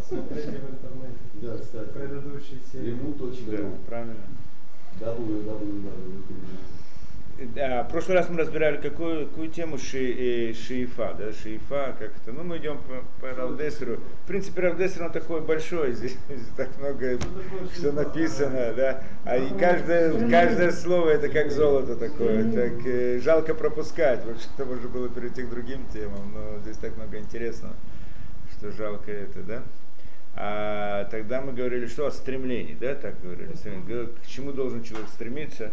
Смотрите в интернете. Да, кстати. Предыдущие серии. Ему.ру. Да, правильно. www. Да, в прошлый раз мы разбирали какую тему шиифа, да, шиифа, как это, ну мы идем по Равдесеру. В принципе, Равдесер он такой большой, здесь так много, что написано, да, и каждое слово это как золото такое, так жалко пропускать, вот что можно было перейти к другим темам, но здесь так много интересного, что жалко это, да. А тогда мы говорили, что о стремлении, да, так говорили, к чему должен человек стремиться.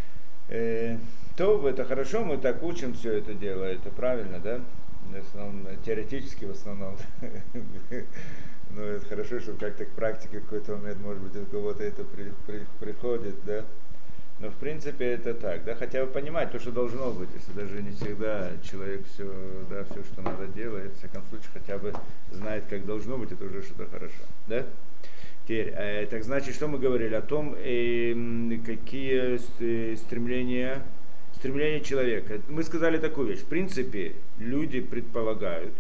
То это хорошо, мы так учим все это дело, это правильно, да? В основном, теоретически в основном. Но это хорошо, что как-то к практике в какой-то момент, может быть, у кого-то это приходит, да? Но в принципе это так, да, хотя бы понимать то, что должно быть, если даже не всегда человек все, да, все, что надо делает, в всяком случае хотя бы знает, как должно быть, это уже что-то хорошо, да? Теперь, так значит, что мы говорили о том, какие стремления человека. Мы сказали такую вещь. В принципе, люди предполагают,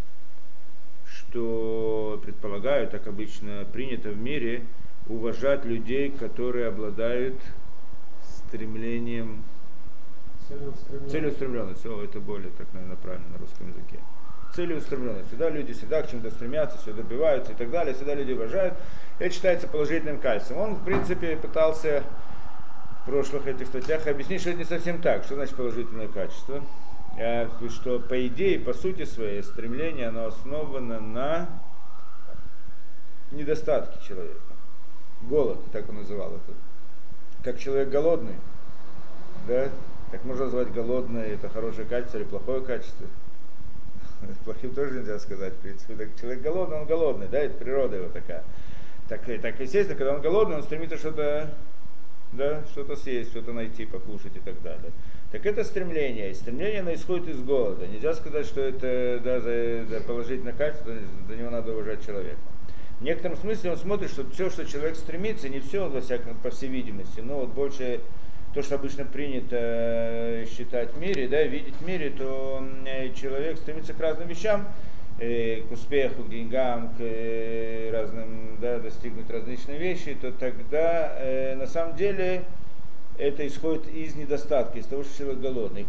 так обычно принято в мире, уважать людей, которые обладают стремлением, целеустремленностью. Это более, так, наверное, правильно на русском языке. Целеустремленность. Всегда люди к чему-то стремятся, все добиваются и так далее. Всегда люди уважают. Это считается положительным качеством. Он, в принципе, пытался в прошлых этих статьях объяснить, что это не совсем так. Что значит положительное качество? Что по идее, по сути своей, стремление, оно основано на недостатке человека. Голод, так он называл это. Как человек голодный, да? Как можно назвать голодное, это хорошее качество или плохое качество? Плохим тоже нельзя сказать, в принципе. Так, человек голодный, он голодный, да, это природа его такая. Так, естественно, когда он голодный, он стремится что-то, да, что-то съесть, что-то найти, покушать и так далее. Так это стремление. И стремление, оно исходит из голода. Нельзя сказать, что это, да, за положительное качество, за него надо уважать человека. В некотором смысле он смотрит, что все, что человек стремится, не все, во всяком, по всей видимости, но вот больше то, что обычно принято считать в мире, да, видеть в мире, то человек стремится к разным вещам, к успеху, к деньгам, к разным, да, достигнуть различные вещи, то тогда на самом деле это исходит из недостатка, из того, что человек голодный.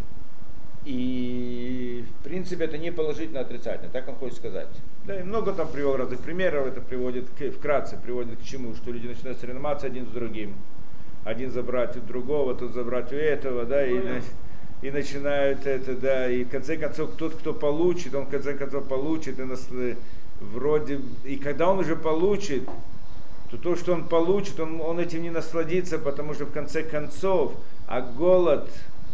И в принципе это не положительно, а отрицательно, так он хочет сказать. Да, и много там привел разных примеров, это вкратце приводит к чему, что люди начинают соревноваться один с другим. Один забрать у другого, тот забрать у этого, да, и начинают это, да, и в конце концов тот, кто получит, он в конце концов получит, и когда он уже получит, то, что он получит, он этим не насладится, потому что в конце концов, голод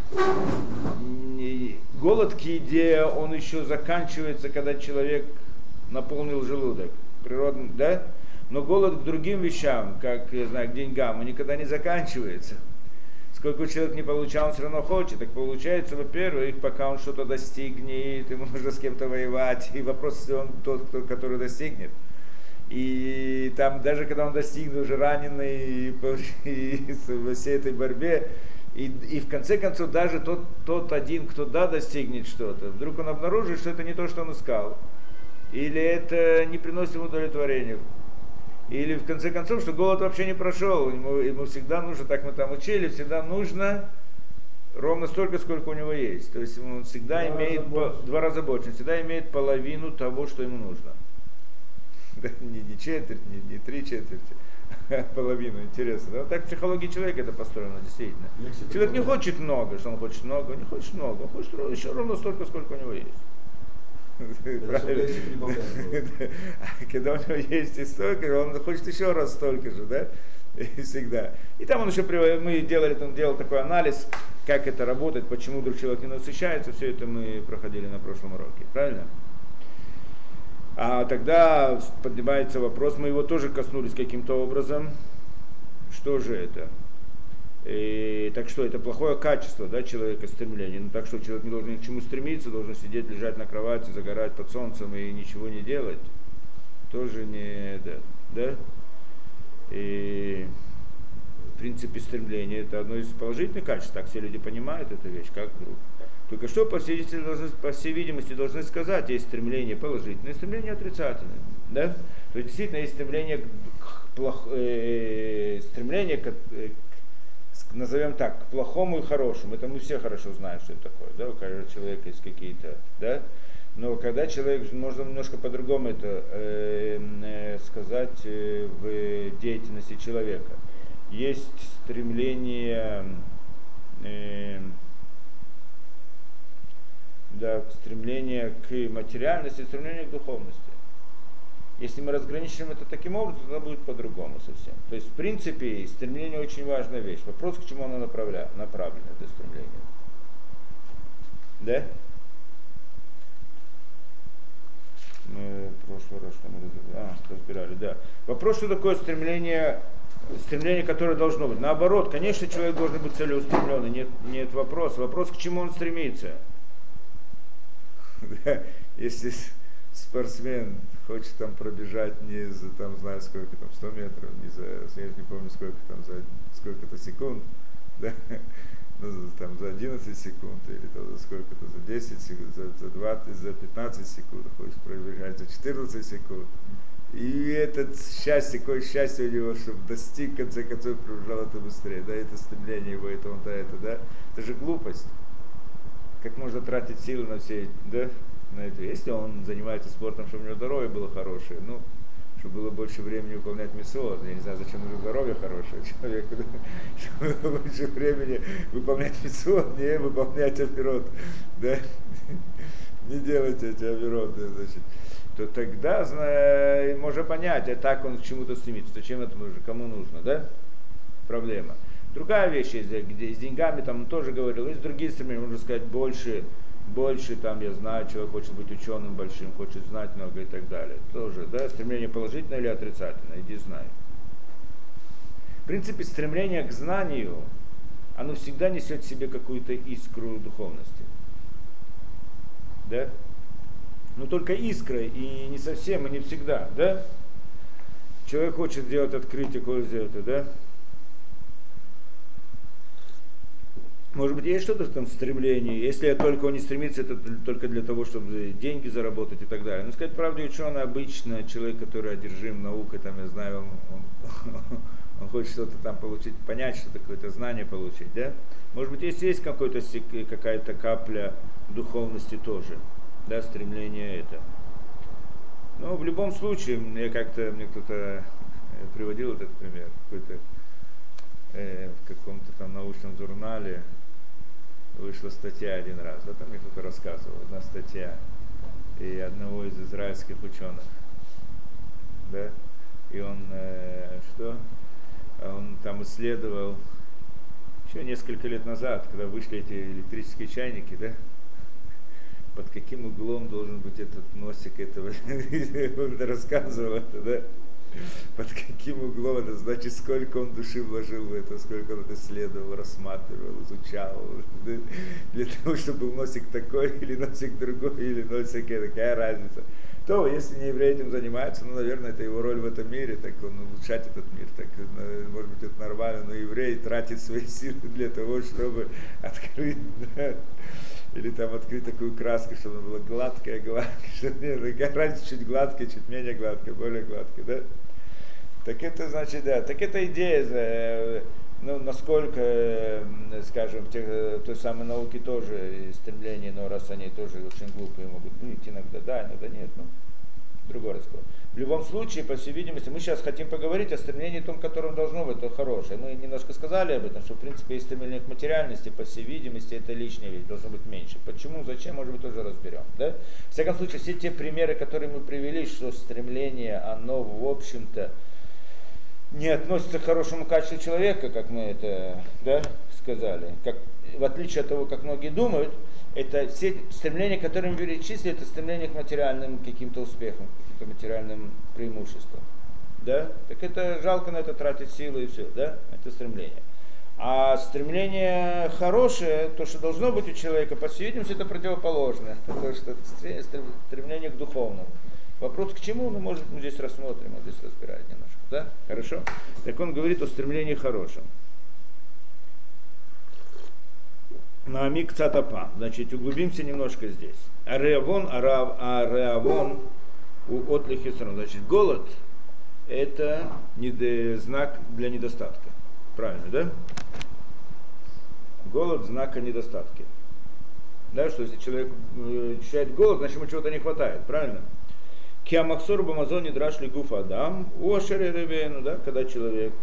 к еде, он еще заканчивается, когда человек наполнил желудок, природный, да? Но голод к другим вещам, как, я знаю, к деньгам, он никогда не заканчивается. Сколько человек не получал, он все равно хочет. Так получается, во-первых, пока он что-то достигнет, ему нужно с кем-то воевать. И вопрос, если он тот, который достигнет. И там, даже когда он достигнет, уже раненый, и во всей этой борьбе, и в конце концов, даже тот один, кто достигнет что-то, вдруг он обнаружит, что это не то, что он искал. Или это не приносит ему удовлетворения. Или в конце концов, что голод вообще не прошел, ему всегда нужно, так мы там учили, всегда нужно ровно столько, сколько у него есть. То есть он всегда имеет два раза больше, он всегда имеет половину того, что ему нужно. Не четверть, не три четверти, а половину, интересно. Но так в психологии человека это построено, действительно. Человек не хочет много, что он хочет много, не хочет много, он хочет еще ровно столько, сколько у него есть. Когда у него есть и столько, он хочет еще раз столько же, да? И всегда. И там он еще он делал такой анализ, как это работает, почему вдруг человек не насыщается, все это мы проходили на прошлом уроке, правильно? А тогда поднимается вопрос, мы его тоже коснулись каким-то образом, что же это? Так что это плохое качество, да, человека, стремление. Ну так что человек не должен ни к чему стремиться, должен сидеть, лежать на кровати, загорать под солнцем и ничего не делать. Тоже не, да. И в принципе стремление это одно из положительных качеств, так все люди понимают эту вещь, как вдруг. Только что, по всей видимости, должны сказать, есть стремление положительное, стремление отрицательное. Да? То есть действительно есть стремление назовем так, к плохому и хорошему. Это мы все хорошо знаем, что это такое. Да? У каждого человека есть какие-то. Да? Но когда человек, можно немножко по-другому это сказать в деятельности человека. Есть стремление стремление к материальности, стремление к духовности. Если мы разграничим это таким образом, то будет по-другому совсем. То есть, в принципе, стремление очень важная вещь. Вопрос, к чему оно направлено, это стремление. Да? Мы в прошлый раз что мы разбирали, да. Вопрос, что такое стремление, которое должно быть. Наоборот, конечно, человек должен быть целеустремленный, нет вопроса. Вопрос, к чему он стремится. Если спортсмен хочет там пробежать не за, там, знаю сколько, там, 100 метров, я не помню сколько там, за сколько-то секунд, да, ну, там, за 11 секунд, или там, за сколько-то, за 10 секунд, за 20, за 15 секунд, хочет пробежать за 14 секунд. И это счастье, какое счастье у него, чтобы достиг, в конце концов, пробежал это быстрее, да, это стремление его, это он, да, это, да, это же глупость. Как можно тратить силы на все, да, на это. Если он занимается спортом, чтобы у него здоровье было хорошее, ну, чтобы было больше времени выполнять миссот. Я не знаю, зачем нужно здоровье хорошее человеку, да? Чтобы было больше времени выполнять миссот, не выполнять авирот, да, не делать эти авироты, значит. То тогда можно понять, а так он к чему-то стремится, зачем это нужно, кому нужно, да? Проблема. Другая вещь есть, где с деньгами, там он тоже говорил, есть другие стремления, можно сказать, больше, там, я знаю, человек хочет быть ученым большим, хочет знать много и так далее. Тоже, да, стремление положительное или отрицательное, иди знай. В принципе, стремление к знанию, оно всегда несет в себе какую-то искру духовности. Да? Но только искра, и не совсем, и не всегда, да? Человек хочет сделать открытие, хочет сделать это, да? Может быть, есть что-то там в стремлении, если только он не стремится, это только для того, чтобы деньги заработать и так далее. Но сказать правду, ученый обычно, человек, который одержим наукой, там, я знаю, он хочет что-то там получить, понять, что-то, какое-то знание получить, да? Может быть, если есть какая-то капля духовности тоже, да, стремление это. Но в любом случае, мне кто-то приводил этот пример, в каком-то там научном журнале вышла статья один раз, да, там мне кто-то рассказывал, одна статья и одного из израильских ученых, да, и он он там исследовал еще несколько лет назад, когда вышли эти электрические чайники, да, под каким углом должен быть этот носик этого, он рассказывал это, да, под каким углом, это значит, сколько он души вложил в это, сколько он это исследовал, рассматривал, изучал, да, для того, чтобы был носик такой, или носик другой, или носик, какая разница. То, если не еврей этим занимается, ну, наверное, это его роль в этом мире, так он улучшать этот мир, так, может быть, это нормально, но еврей тратит свои силы для того, чтобы открыть, да, или там открыть такую краску, чтобы она была гладкая, чтобы разница чуть гладкая, чуть менее гладкая, более гладкая, да? Так это значит, да, так это идея, ну, насколько, скажем, в той самой науке тоже стремления, но раз они тоже очень глупые могут быть, иногда да, иногда нет, ну, другой разговор. В любом случае, по всей видимости, мы сейчас хотим поговорить о стремлении том, которым должно быть, то хорошее. Мы немножко сказали об этом, что в принципе есть стремление к материальности, по всей видимости, это лишняя вещь, должно быть меньше. Почему, зачем, может быть, тоже разберем. Да? В всяком случае, все те примеры, которые мы привели, что стремление, оно, в общем-то, не относится к хорошему качеству человека, как мы это, да, сказали, как, в отличие от того, как многие думают, это все стремления, которые мы перечислили, это стремление к материальным каким-то успехам, к каким-то материальным преимуществам. Да? Так это жалко на это тратить силы и все, да? Это стремление. А стремление хорошее, то, что должно быть у человека, по всей видимости, это противоположное. То, что стремление к духовному. Вопрос к чему, ну, может, мы здесь рассмотрим, здесь разбирать немножко. Да? Хорошо? Так он говорит о стремлении хорошем. Наамик цатапа. Значит, углубимся немножко здесь. Ареавон, ареавон у отлихисрон. Значит, голод это знак для недостатка. Правильно, да? Голод знака недостатка. Да, что если человек ощущает голод, значит ему чего-то не хватает, правильно? Киамахсор бамазони драшли гуф адам, у ашереревену, да, когда человек,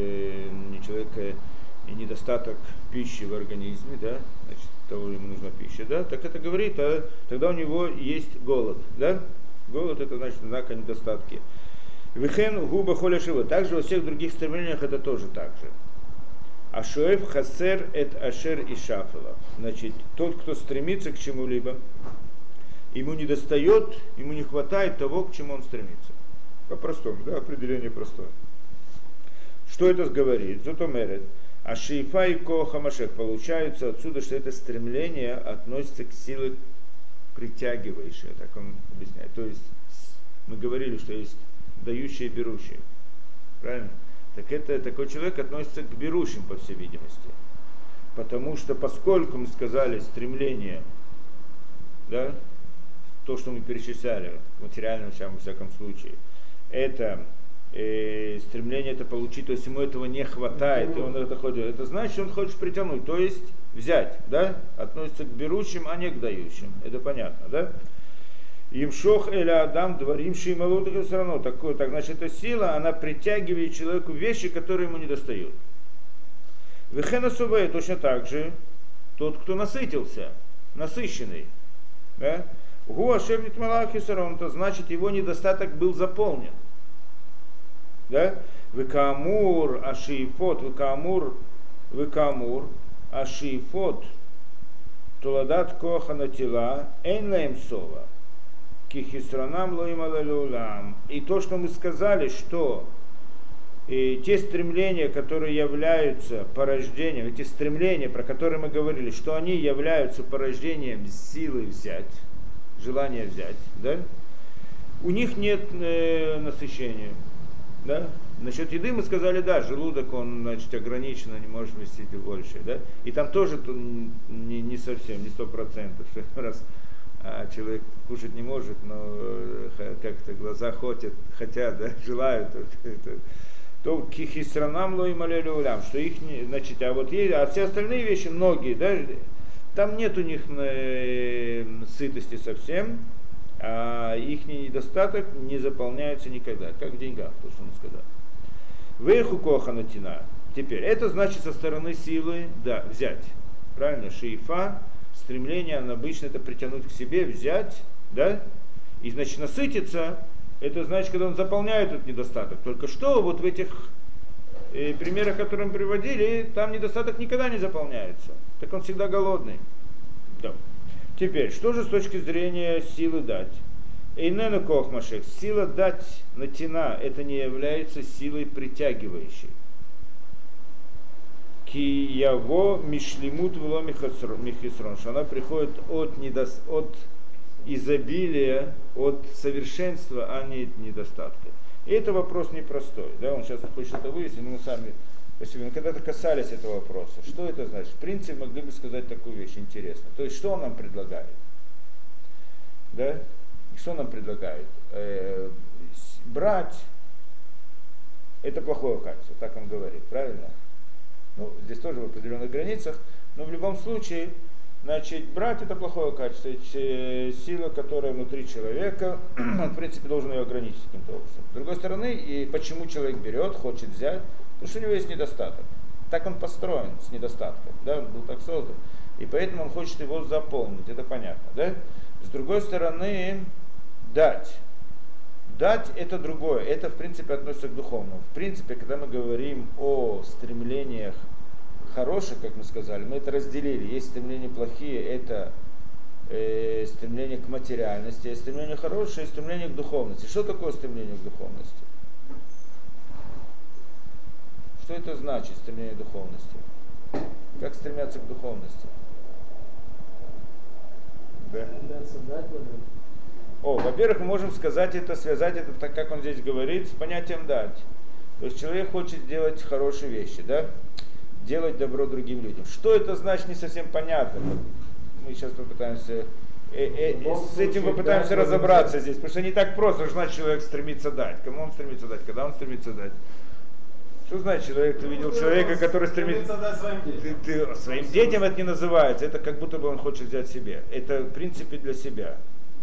недостаток пищи в организме, да, значит, того ему нужна пища, да, так это говорит, тогда у него есть голод, да? Голод это значит знак о недостатке. Вихен губа холя шива. Также во всех других стремлениях это тоже так же. Ашуэф хасер эт ашер и шафела. Значит, тот, кто стремится к чему-либо, ему не достает, ему не хватает того, к чему он стремится. По-простому, да, определение простое. Что это говорит? Зотомерет. А шейфа и коха машех. Получается отсюда, что это стремление относится к силе притягивающей, так он объясняет. То есть мы говорили, что есть дающие и берущие. Правильно? Так это такой человек относится к берущим, по всей видимости. Потому что поскольку мы сказали стремление, да, то, что мы перечисляли, в материальном во всяком случае, это стремление это получить, то есть ему этого не хватает, и он это хочет. Это значит, что он хочет притянуть, то есть взять, да, относится к берущим, а не к дающим. Это понятно, да? Имшох эля адам дворимши и малутых все равно. Так значит, эта сила, она притягивает человеку вещи, которые ему не достают. Вехена сувей точно так же тот, кто насытился, насыщенный. Да? Гуашевнит малахи сарон, то значит, его недостаток был заполнен. Да? Векамур ашиифот, векамур ашиифот, туладат коха натила, эйн лаем сова. Кихисранам лоим алалюлам. И то, что мы сказали, что те стремления, которые являются порождением, эти стремления, про которые мы говорили, что они являются порождением силы взять, желания взять, да? У них нет насыщения. Да? Насчет еды мы сказали, да, желудок, он, значит, ограниченно не может вместить больше, да? И там тоже не совсем, не 100%, что раз человек кушать не может, но как-то глаза хотят, да, желают, то кихисранам лоим алелюлям, что их, значит, а все остальные вещи, многие, да, там нет у них сытости совсем, а их недостаток не заполняется никогда, как в деньгах, то, что он сказал. Вейху коханатина. Теперь, это значит со стороны силы, да, взять. Правильно, шейфа, стремление обычно это притянуть к себе, взять, да, и значит насытиться, это значит, когда он заполняет этот недостаток. Только что вот в этих примерах, которые мы приводили, там недостаток никогда не заполняется. Так он всегда голодный. Да. Теперь, что же с точки зрения силы дать? Эйнену кохмашек, сила дать натина, это не является силой притягивающей. Кияво мишлимут вло михисрон, что она приходит от изобилия, от совершенства, а не от недостатка. И это вопрос непростой. Да? Он сейчас хочет это выяснить, но мы сами мы когда-то касались этого вопроса. Что это значит? В принципе, могли бы сказать такую вещь интересную. То есть, что он нам предлагает? Да? И что он нам предлагает? Брать это плохое качество, так он говорит, правильно? Ну, здесь тоже в определенных границах, но в любом случае, значит, брать это плохое качество, сила, которая внутри человека, он, в принципе, должен ее ограничить каким-то образом. С другой стороны, и почему человек берет, хочет взять, потому что у него есть недостаток. Так он построен с недостатком, да, он был так создан. И поэтому он хочет его заполнить, это понятно, да? С другой стороны, дать. Дать это другое, это в принципе относится к духовному. В принципе, когда мы говорим о стремлениях хороших, как мы сказали, мы это разделили. Есть стремления плохие, это стремление к материальности, есть стремление хорошее, есть стремление к духовности. Что такое стремление к духовности? Что это значит, стремление к духовности? Как стремятся к духовности? Да. Во-первых, мы можем сказать это, связать это, так как он здесь говорит, с понятием дать. То есть человек хочет сделать хорошие вещи, да? делать добро другим людям. Что это значит, не совсем понятно. Мы сейчас попытаемся, с этим попытаемся разобраться здесь, потому что не так просто, что значит человек стремится дать. Кому он стремится дать, когда он стремится дать. Что значит человек, ты видел человека, который стремится дать своим детям? Своим детям это не называется, это как будто бы он хочет взять себе. Это в принципе для себя.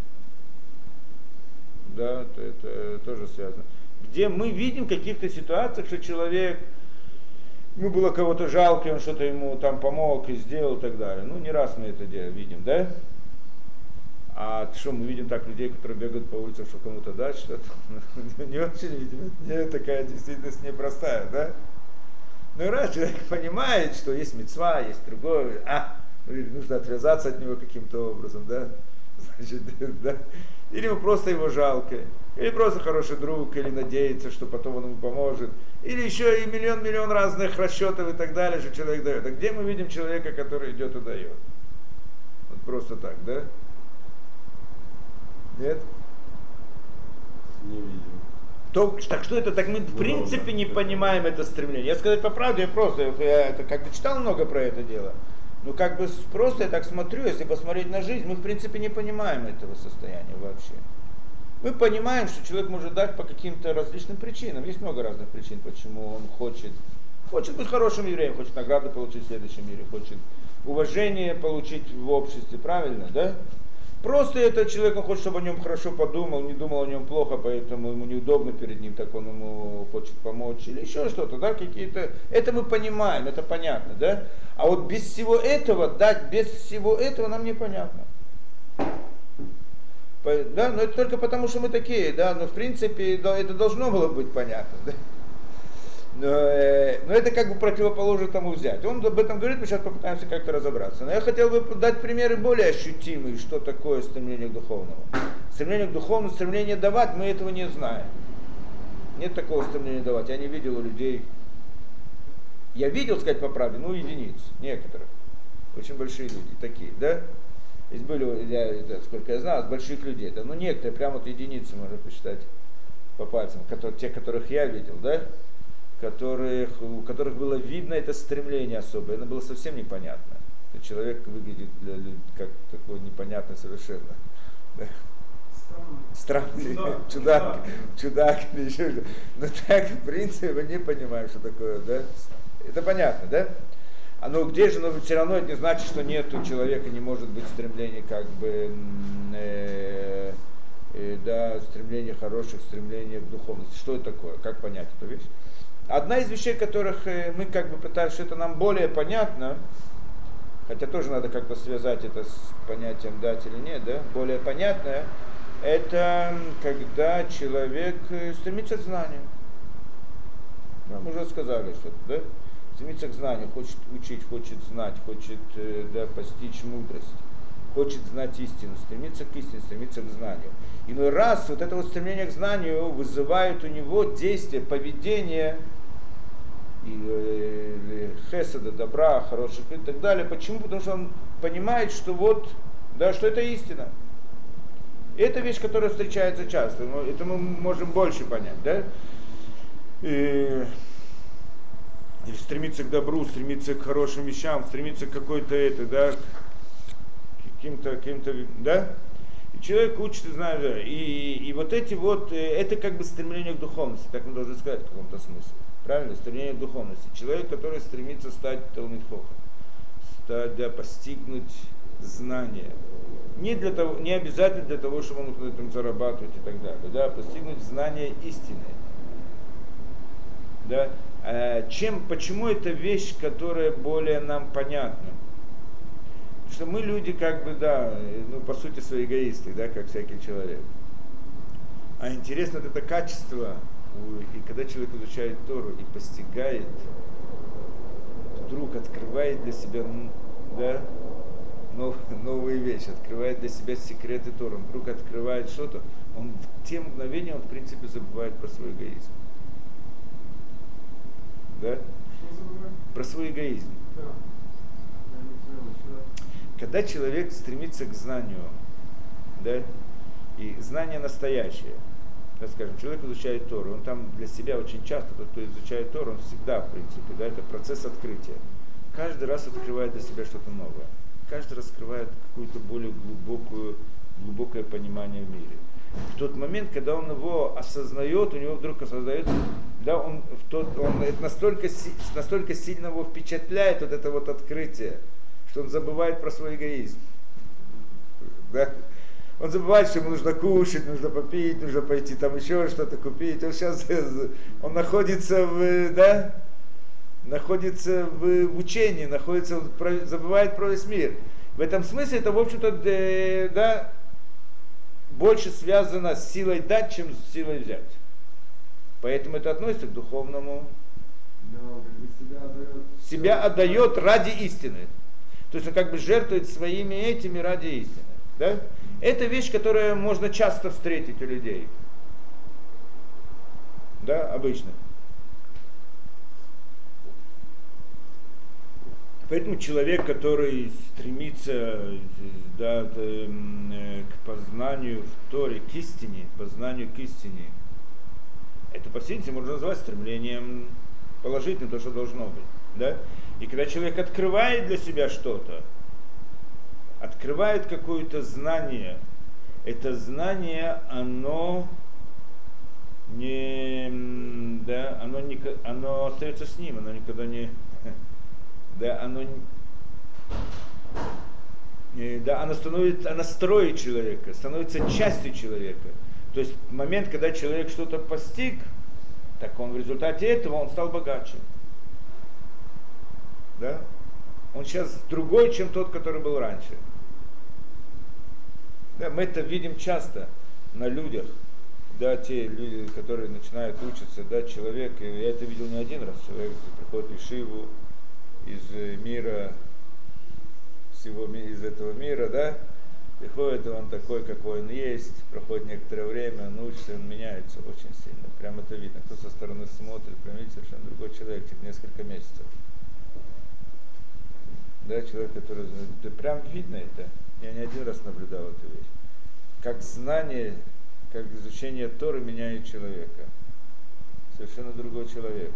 Да, это тоже связано. Где мы видим в каких-то ситуациях, что человек, ему было кого-то жалко, он что-то ему там помог и сделал и так далее. Ну, не раз мы это видим, да? А что, мы видим так людей, которые бегают по улицам, что кому-то дать что-то? Не очень видим. Нет, такая действительность непростая, да? Ну и раз человек понимает, что есть мицва, есть другое, нужно отвязаться от него каким-то образом, да? Значит, да? Или ему просто его жалко, или просто хороший друг, или надеется, что потом он ему поможет, или еще и миллион разных расчетов и так далее, что человек дает. А где мы видим человека, который идет и дает? Вот просто так, да? Нет? Не видим. Так что это? Так мы в принципе не понимаем это стремление. Я сказать по правде, я как бы читал много про это дело. Ну как бы просто я так смотрю, если посмотреть на жизнь, мы в принципе не понимаем этого состояния вообще. Мы понимаем, что человек может дать по каким-то различным причинам. Есть много разных причин, почему он хочет быть хорошим евреем, хочет награды получить в следующем мире, хочет уважение получить в обществе, правильно, да? Просто этот человек, он хочет, чтобы о нем хорошо подумал, не думал о нем плохо, поэтому ему неудобно перед ним, так он ему хочет помочь, или еще что-то, да, какие-то. Это мы понимаем, это понятно, да? А вот без всего этого, дать без всего этого нам непонятно. Да, но это только потому, что мы такие, да, но в принципе это должно было быть понятно, да? Но это как бы противоположно тому взять. Он об этом говорит, мы сейчас попытаемся как-то разобраться. Но я хотел бы дать примеры более ощутимые, что такое стремление к духовному. Стремление к духовному, стремление давать, мы этого не знаем. Нет такого стремления давать. Я не видел у людей. Я видел, сказать по правде, единиц, некоторых. Очень большие люди, такие, да? Здесь были, сколько я знал, больших людей. Это, некоторые, прямо вот единицы можно посчитать по пальцам, те, которых я видел, да? У которых было видно это стремление особое, это было совсем непонятно. Человек выглядит как такой непонятный совершенно. Да. Странный, чудак или еще что-то. Но так, в принципе, мы не понимаем, что такое, да? Это понятно, да? Но где же, но все равно это не значит, что нет у человека, не может быть стремления как бы, стремления хороших, стремления к духовности. Что это такое? Как понять эту вещь? Одна из вещей, которых мы как бы пытаемся, что это нам более понятно, хотя тоже надо как-то связать это с понятием дать или нет, да, более понятное, это когда человек стремится к знанию. Мы уже сказали что-то, да? Стремится к знанию, хочет учить, хочет знать, хочет постичь мудрость, хочет знать истину, стремится к истине, стремится к знанию. Иной раз вот это вот стремление к знанию вызывает у него действие, поведение хеседа, добра, хороших и так далее. Почему? Потому что он понимает, что что это истина. И это вещь, которая встречается часто. Это мы можем больше понять, да? Или стремиться к добру, стремиться к хорошим вещам, стремиться к какой-то каким-то, да? И человек учит и знает, да. И вот эти это как бы стремление к духовности, так мы должны сказать в каком-то смысле. Правильно? Стремление к духовности. Человек, который стремится стать Талмид Хохам, постигнуть знания. Не обязательно для того, чтобы он мог на этом зарабатывать и так далее. Да? Постигнуть знания истины. Да? Почему это вещь, которая более нам понятна? Потому что мы люди как бы, по сути свои эгоисты, да, как всякий человек. А интересно вот это качество, и когда человек изучает Тору и постигает, вдруг открывает для себя, новые вещи, открывает для себя секреты Торы, он вдруг открывает что-то, он в те мгновения, в принципе забывает про свой эгоизм. Да? Про свой эгоизм. Да. Когда человек стремится к знанию, да, и знание настоящее, так скажем, человек изучает Тору, он там для себя очень часто, тот, кто изучает Тору, он всегда, в принципе, да, это процесс открытия. Каждый раз открывает для себя что-то новое. Каждый раз открывает какое-то более глубокое понимание в мире. В тот момент, когда он его осознает, у него вдруг осознается, да, это настолько сильно его впечатляет, вот это вот открытие, что он забывает про свой эгоизм. Да? Он забывает, что ему нужно кушать, нужно попить, нужно пойти там еще что-то купить. Он сейчас находится находится в учении, забывает про весь мир. В этом смысле это, в общем-то, больше связано с силой дать, чем с силой взять. Поэтому это относится к духовному. Себя отдает ради истины. То есть он как бы жертвует своими этими ради истины. Да? Это вещь, которую можно часто встретить у людей. Да, обычно. Поэтому человек, который стремится к познанию в Торе, к истине, это по сути можно назвать стремлением положительным, то, что должно быть. Да? И когда человек открывает для себя что-то, открывает какое-то знание, это знание, оно остается с ним, оно никогда не... Она строит человека, становится частью человека. То есть в момент, когда человек что-то постиг, так он в результате этого он стал богаче. Да? Он сейчас другой, чем тот, который был раньше. Да, мы это видим часто на людях. Да, те люди, которые начинают учиться, да, человек, и я это видел не один раз, человек приходит в Ешиву из мира, из этого мира, да, приходит, и он такой, какой он есть, проходит некоторое время, он учится, он меняется очень сильно, прям это видно, кто со стороны смотрит, прям видит совершенно другой человек, через несколько месяцев. Да, человек, который, да, прям видно это, я не один раз наблюдал эту вещь, как знание, как изучение Торы меняет человека, совершенно другой человек.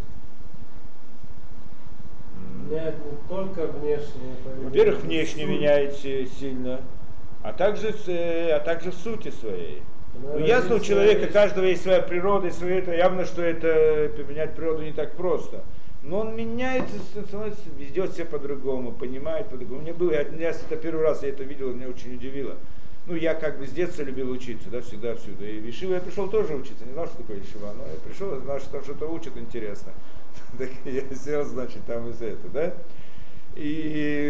Меняет не только внешнее поведение. Во-первых, внешне меняет сильно, а также в сути своей. Ну, ясно, у человека каждого есть своя природа, и свое это явно, что это поменять природу не так просто. Но он меняется, ведет себя по-другому, понимает по-другому. Это первый раз я это видел, меня очень удивило. Ну, я как бы с детства любил учиться, да, всегда всюду. И в Ешиву я пришел тоже учиться, не знал, что такое Ешива, но я пришел, знал, что там что-то учат интересно. Так я сел, значит, там из этого, да. И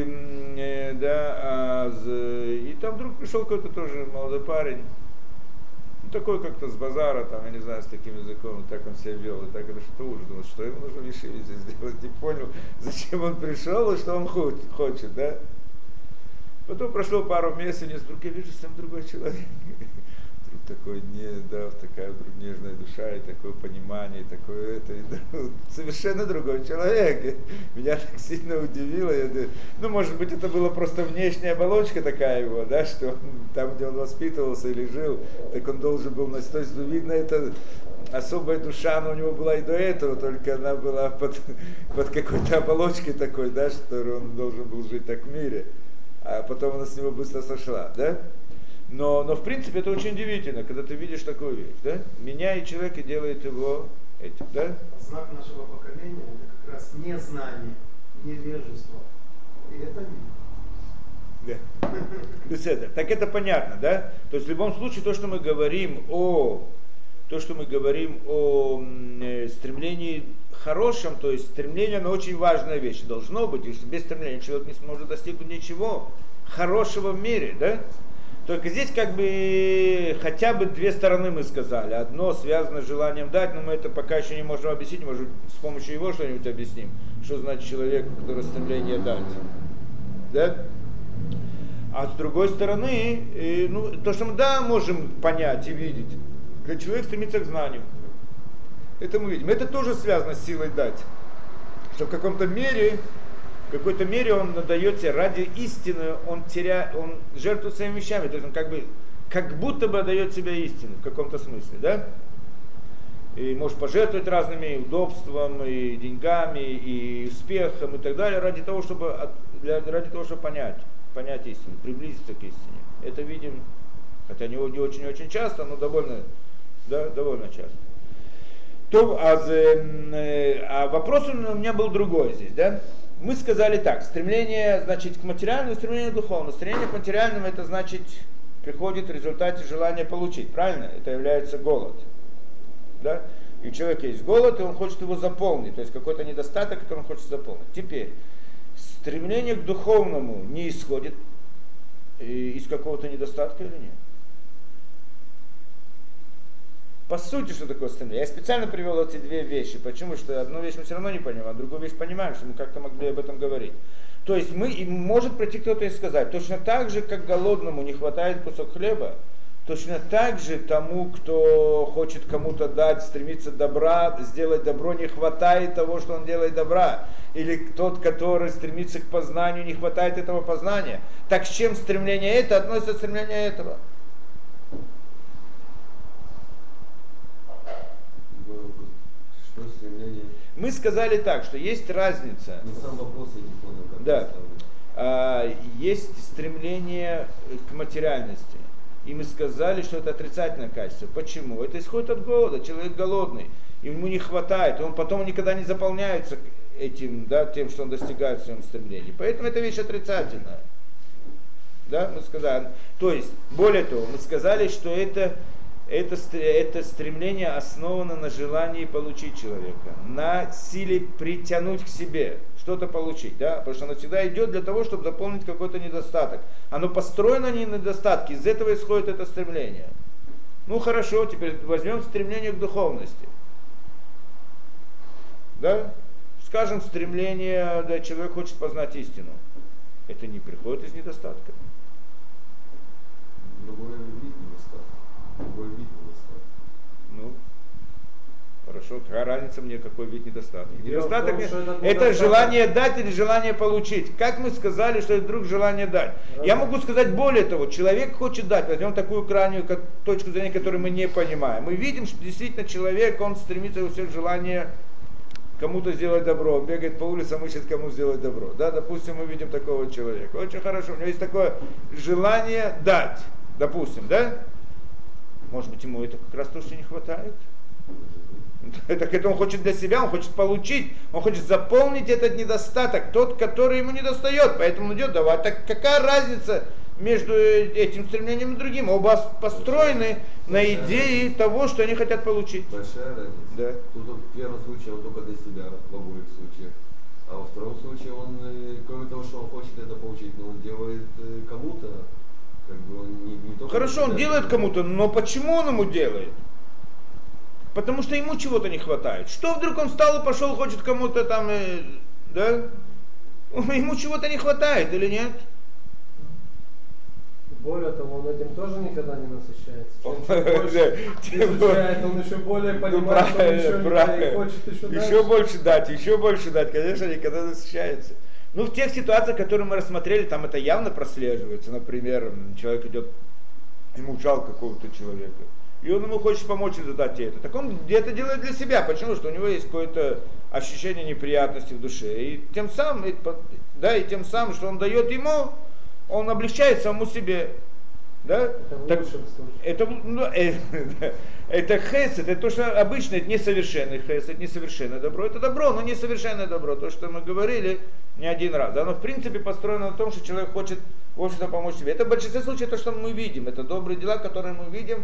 там вдруг пришел какой-то тоже молодой парень, ну, такой как-то с базара, там, я не знаю, с таким языком, так он себя вел, и так это что-то ужас, думал, что ему нужно в Ешиве здесь сделать, не понял, зачем он пришел и что он хочет, да. Потом прошло пару месяцев, и вдруг я вижу совсем другой человек. Вдруг такой, такая вдруг нежная душа, и такое понимание, и такое это, и совершенно другой человек. Меня так сильно удивило. Может быть, это была просто внешняя оболочка такая его, да, что он, там, где он воспитывался или жил, так он должен был, то есть, видно, это особая душа, но у него была и до этого, только она была под какой-то оболочкой такой, да, что он должен был жить так в мире. А потом она с него быстро сошла, да? Но в принципе это очень удивительно, когда ты видишь такую вещь, да? Меняет человека и делает его этим, да? Знак нашего поколения — это как раз незнание, невежество. И это видно. Да. Без этого. Так это понятно, да? То есть в любом случае то, что мы говорим о стремлении хорошем, то есть стремление, оно очень важная вещь, должно быть, если без стремления человек не сможет достигнуть ничего хорошего в мире, да? Только здесь как бы хотя бы две стороны мы сказали. Одно связано с желанием дать, но мы это пока еще не можем объяснить, может с помощью его что-нибудь объясним, что значит человек, у которого стремление дать, да? А с другой стороны, то, что мы можем понять и видеть, когда человек стремится к знанию. Это мы видим. Это тоже связано с силой дать. Что в какой-то мере он дает себе ради истины, он жертвует своими вещами. То есть он как будто бы отдает себя истину в каком-то смысле, да? и может пожертвовать разными удобством, и деньгами, и успехом, и так далее, ради того, чтобы понять истину, приблизиться к истине. Это видим, хотя не очень часто, но довольно часто. А вопрос у меня был другой здесь, да? Мы сказали так, стремление, значит, к материальному, стремление к духовному. Стремление к материальному, это значит, приходит в результате желания получить, правильно? Это является голод, да? И у человека есть голод, и он хочет его заполнить, то есть какой-то недостаток, который он хочет заполнить. Теперь, стремление к духовному не исходит из какого-то недостатка или нет? По сути, что такое стремление? Я специально привел эти две вещи. Почему? Что одну вещь мы все равно не понимаем, а другую вещь понимаем, что мы как-то могли об этом говорить. То есть может прийти кто-то и сказать, точно так же, как голодному не хватает кусок хлеба, точно так же тому, кто хочет кому-то дать, стремится добра, сделать добро, не хватает того, что он делает добра. Или тот, который стремится к познанию, не хватает этого познания. Так с чем стремление это относится к стремлению этого? Что стремление? Мы сказали так, что есть разница. Но сам вопрос я не понял, как Да. Есть стремление к материальности. И мы сказали, что это отрицательное качество. Почему? Это исходит от голода. Человек голодный, ему не хватает, он потом никогда не заполняется этим, да, тем, что он достигает в своем стремлении. Поэтому это вещь отрицательная. Да, мы сказали. То есть, более того, мы сказали, что это стремление основано на желании получить человека, на силе притянуть к себе, что-то получить, да? Потому что оно всегда идет для того, чтобы заполнить какой-то недостаток. Оно построено не на недостатке, из этого исходит это стремление. Ну хорошо, теперь возьмем стремление к духовности. Да? Скажем, стремление, да, человек хочет познать истину. Это не приходит из недостатка. Другой вид недостатка. Другой вид недостатка. Ну, хорошо, какая разница мне, какой вид недостатка? Дело Недостаток в том, что этот это недостаток- желание дать или желание получить. Как мы сказали, что это вдруг желание дать? Я могу сказать более того, человек хочет дать, возьмем такую крайнюю точку зрения, которую мы не понимаем. Мы видим, что действительно человек, он стремится у всех желание кому-то сделать добро, он бегает по улицам, ищет кому сделать добро. Да, допустим, мы видим такого человека. Очень хорошо, у него есть такое желание дать, допустим, да? Может быть, ему это как раз то, что не хватает. Так это он хочет для себя, он хочет получить, он хочет заполнить этот недостаток, тот, который ему не достает, поэтому он идет давать. Так какая разница между этим стремлением и другим? Оба построены на идее того, что они хотят получить. Большая разница. Да. Тут в первом случае он только для себя, в обоих случаях. А во втором случае он, кроме того, что он хочет это получить, но он делает кому-то, как бы он не только... Хорошо, он делает кому-то, но почему он ему делает? Потому что ему чего-то не хватает. Что вдруг он встал и пошел, хочет кому-то там, да? Ему чего-то не хватает или нет? Более того, он этим тоже никогда не насыщается. Чем больше изучает, он еще более понимает, что он еще не хочет еще больше дать, конечно, никогда не насыщается. Ну, в тех ситуациях, которые мы рассмотрели, там это явно прослеживается. Например, человек идет, ему жалко какого-то человека, и он ему хочет помочь задать это. Так он где-то делает для себя. Почему? Что у него есть какое-то ощущение неприятности в душе. И тем самым, что он дает ему, он облегчает самому себе. Да? Это в лучшем случае. Это хесед, это то, что обычно это несовершенный хесед, несовершенное добро. Это добро, но несовершенное добро. То, что мы говорили не один раз. Да? Оно в принципе построено на том, что человек хочет, в общем-то, помочь себе. Это в большинстве случаев то, что мы видим. Это добрые дела, которые мы видим.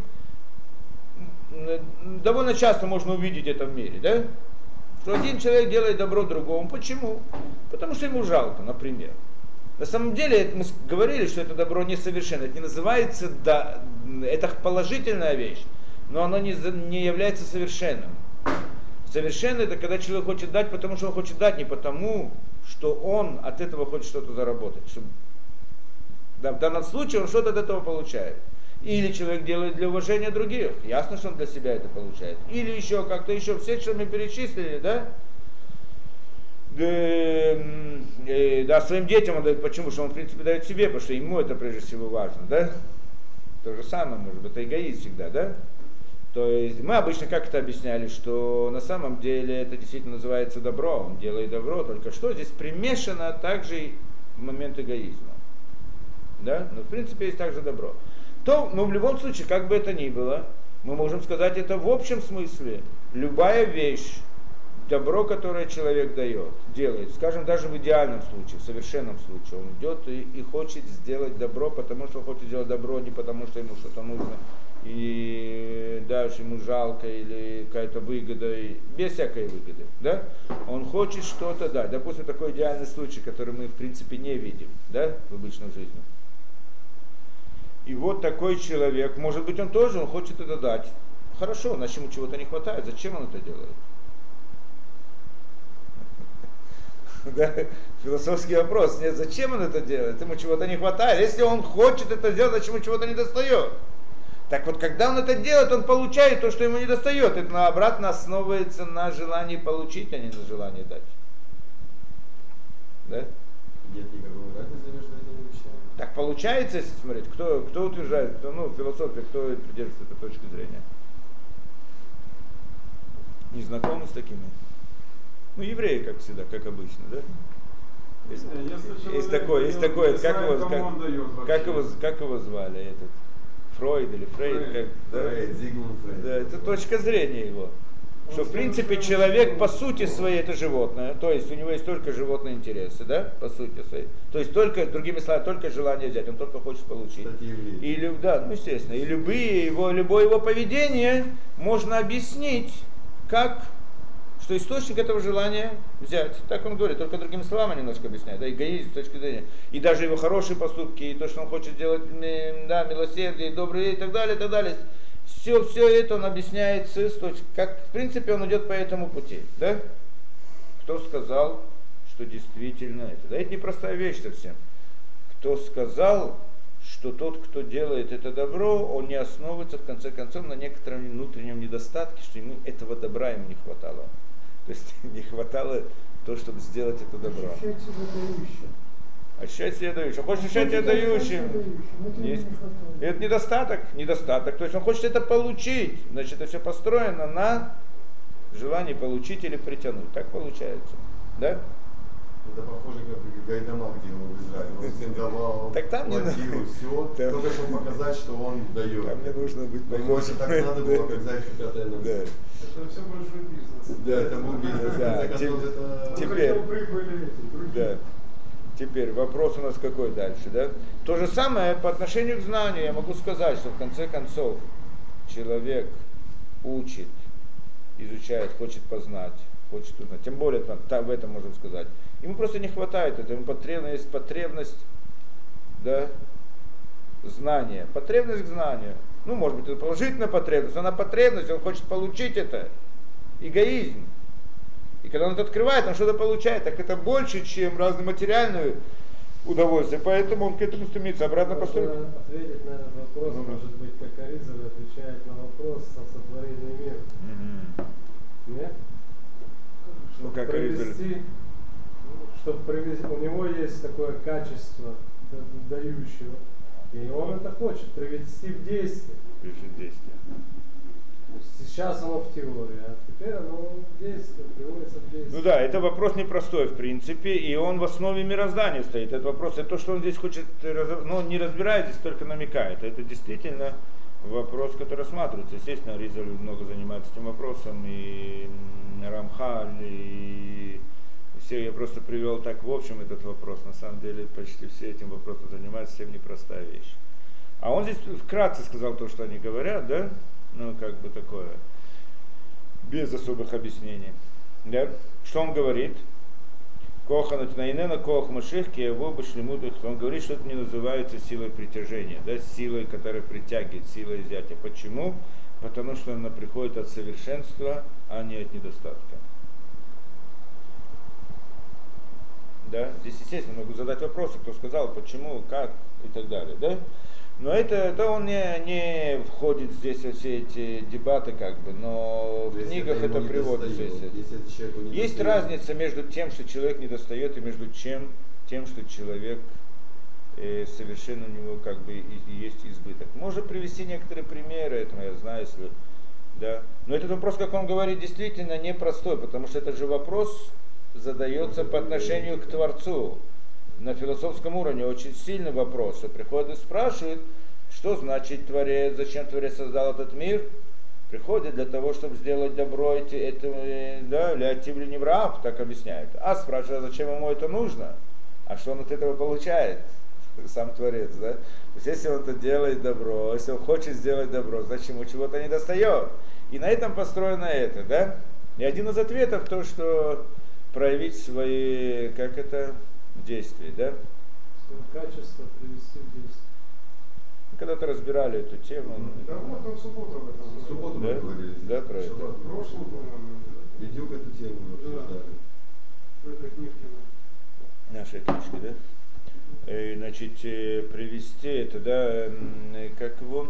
Довольно часто можно увидеть это в мире. Да? Что один человек делает добро другому. Почему? Потому что ему жалко, например. На самом деле, мы говорили, что это добро несовершенно. Это не называется, это положительная вещь, но оно не является совершенным. Совершенно это когда человек хочет дать, потому что он хочет дать, не потому, что он от этого хочет что-то заработать. В данном случае он что-то от этого получает. Или человек делает для уважения других, ясно, что он для себя это получает. Или еще как-то еще, все, что мы перечислили, да? Да, своим детям он дает, почему? Потому что он, в принципе, дает себе, потому что ему это прежде всего важно, да? То же самое, может быть, это эгоист всегда, да? То есть мы обычно как это объясняли, что на самом деле это действительно называется добро, он делает добро, только что здесь примешано также и момент эгоизма. Да? Но в принципе есть также добро. То, но в любом случае, как бы это ни было, мы можем сказать это в общем смысле. Любая вещь, добро, которое человек дает, делает, скажем, даже в идеальном случае, в совершенном случае, он идет и хочет сделать добро, потому что он хочет сделать добро, не потому что ему что-то нужно, и дальше ему жалко, или какая-то выгода, без всякой выгоды. Да? Он хочет что-то дать. Допустим, такой идеальный случай, который мы в принципе не видим, да, в обычной жизни. И вот такой человек, может быть, он хочет это дать. Хорошо, значит ему чего-то не хватает. Зачем он это делает? Да? Философский вопрос. Нет, зачем он это делает? Ему чего-то не хватает. Если он хочет это сделать, значит ему чего-то не достает. Так вот, когда он это делает, он получает то, что ему не достает. Это обратно основывается на желании получить, а не на желании дать. Да? Нет никакой разницы между этими вещами. Так получается, если смотреть, кто утверждает, философия, кто придерживается этой точки зрения? Не знакомы с такими? Евреи, как всегда, как обычно, да? Есть такой, как его звали, этот, Фройд или Фрейд, Зигмунд Фрейд. Да, это точка зрения его. Что в принципе человек по сути своей это животное, то есть у него есть только животные интересы, да, по сути своей. То есть только, другими словами, только желание взять, он только хочет получить. Естественно. И любое его поведение можно объяснить как, что источник этого желания взять. Так он говорит, только другими словами немножко объясняет, да, эгоизм с точки зрения. И даже его хорошие поступки, и то, что он хочет делать, да, милосердие, добрые и так далее, и так далее. Все это он объясняет с точки, как в принципе он идет по этому пути, да? Кто сказал, что действительно это? Да, это непростая вещь совсем. Кто сказал, что тот, кто делает это добро, он не основывается в конце концов на некотором внутреннем недостатке, что ему этого добра ему не хватало. То есть не хватало то, чтобы сделать это добро. Ощущать себя дающим. Он хочет ощущать себя дающим. Это недостаток. То есть он хочет это получить. Значит, это все построено на желании получить или притянуть. Так получается. Да? Это похоже, как Гайдамак делал в Израиле. Он всем давал, так там платил, все, только чтобы показать, что он дает. Там не нужно быть похожим. Так надо было показать, что пятое нам. Это все большой бизнес. Да, это был бизнес. Да. Теперь вопрос у нас какой дальше, да? То же самое по отношению к знанию. Я могу сказать, что в конце концов человек учит, изучает, хочет познать, хочет узнать. Тем более в этом можем сказать. Ему просто не хватает этого. Ему есть потребность, да, знания. Потребность к знанию. Может быть, это положительная потребность, но она потребность, он хочет получить это. Эгоизм. И когда он это открывает, он что-то получает, так это больше, чем разные материальные удовольствия. Поэтому он к этому стремится обратно построить. Ответить на этот вопрос, может быть, как Аризаль отвечает на вопрос о сотворении мира. Нет? Как Аризаль. Чтобы привести, у него есть такое качество дающего, и он это хочет привести в действие. Сейчас оно в теории, а теперь оно в действие, приводится в действие. Да, это вопрос непростой в принципе, и он в основе мироздания стоит. Этот вопрос, это то, что он здесь хочет, но он не разбирает, здесь только намекает. Это действительно вопрос, который рассматривается. Естественно, Аризаль много занимается этим вопросом, и Рамхаль, и все. Я просто привел так в общем этот вопрос. На самом деле почти все этим вопросом занимаются, всем непростая вещь. А он здесь вкратце сказал то, что они говорят, да? Такое, без особых объяснений. Да? Что он говорит? Он говорит, что это не называется силой притяжения, да? Силой, которая притягивает, силой взятия. Почему? Потому что она приходит от совершенства, а не от недостатка. Да? Здесь, естественно, могу задать вопросы, кто сказал, почему, как и так далее. Да? Но это он не входит здесь во все эти дебаты, но в книгах это приводится. Есть разница между тем, что человек не достает, и между тем, что человек совершенно у него есть избыток. Можно привести некоторые примеры, это я знаю, если Да. Но этот вопрос, как он говорит, действительно непростой, потому что этот же вопрос задается по отношению к Творцу. На философском уровне очень сильный вопрос, что приходит и спрашивает, что значит Творец, зачем Творец создал этот мир. Приходит для того, чтобы сделать добро, да, ля не враг, так объясняет. А спрашивает, зачем ему это нужно? А что он от этого получает? Сам Творец, да? То есть если он это делает добро, если он хочет сделать добро, значит ему чего-то не достает. И на этом построено это, да? И один из ответов то, что проявить свои, как это, действия, да? Свои качества привести в действие. Когда-то разбирали эту тему. Да вот он в субботу об этом В субботу Да? мы говорили. Да, про это. Прошлую, по-моему, Бедюк эту тему обсуждали. в этой книжке. Нашей книжки, да? Значит, привести это, да, как его,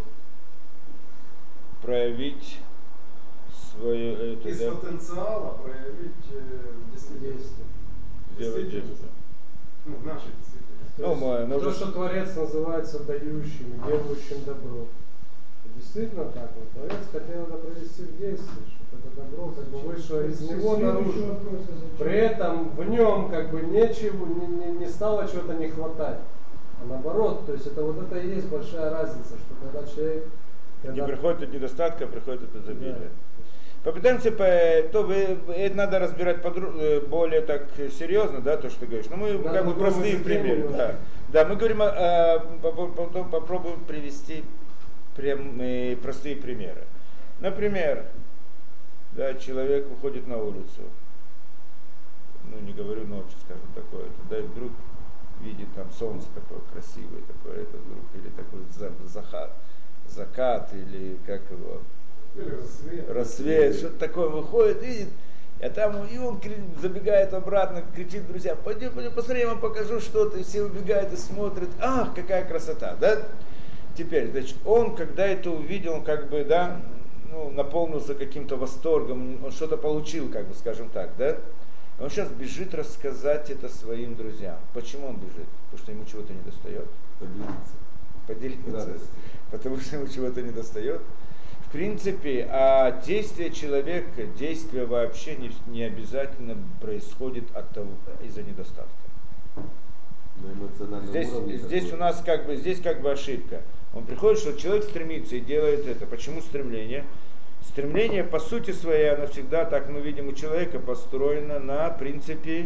проявить свое, это, Из да, потенциала проявить действительность. сделать действие. Ну, в нашей действительности. Ну, То, нужно... что Творец называется дающим, делающим добро. Действительно так. Вот. Творец хотел это провести в действие, чтобы это добро как бы вышло из него наружу. При этом в нем как бы ничего, не стало чего-то не хватать. А наоборот, то есть это вот это и есть большая разница, что когда человек... Не приходит от недостатка, а приходит от изобилия. Да. Попытаемся, это надо разбирать более так серьезно, да, то, что ты говоришь. Но мы Надо как бы простые языке примеры. немножко. Да. Да, мы говорим, потом попробуем привести простые примеры. Например, да, человек выходит на улицу, ну не говорю ночью, скажем такое, да, и вдруг видит там солнце такое красивое, такое, это вдруг, или такой закат, или как его, Или рассвет, что-то такое выходит, видит, и он забегает обратно, кричит друзьям, пойдем, посмотри, я вам покажу что-то, и все убегают и смотрят, ах, какая красота, да? Теперь, значит, он, когда это увидел, он как бы, да, ну, наполнился каким-то восторгом, он что-то получил, как бы, скажем так, да? Он сейчас бежит рассказать это своим друзьям. Почему он бежит? Потому что ему чего-то не достает. Поделиться. Радость. Потому что ему чего-то не достает. В принципе, а действие человека, действие вообще не обязательно происходит из-за недостатка. На эмоциональном уровне. Здесь у нас как бы ошибка. Он приходит, что человек стремится и делает это. Почему стремление? Стремление по сути своей, оно всегда, так мы видим у человека, построено на принципе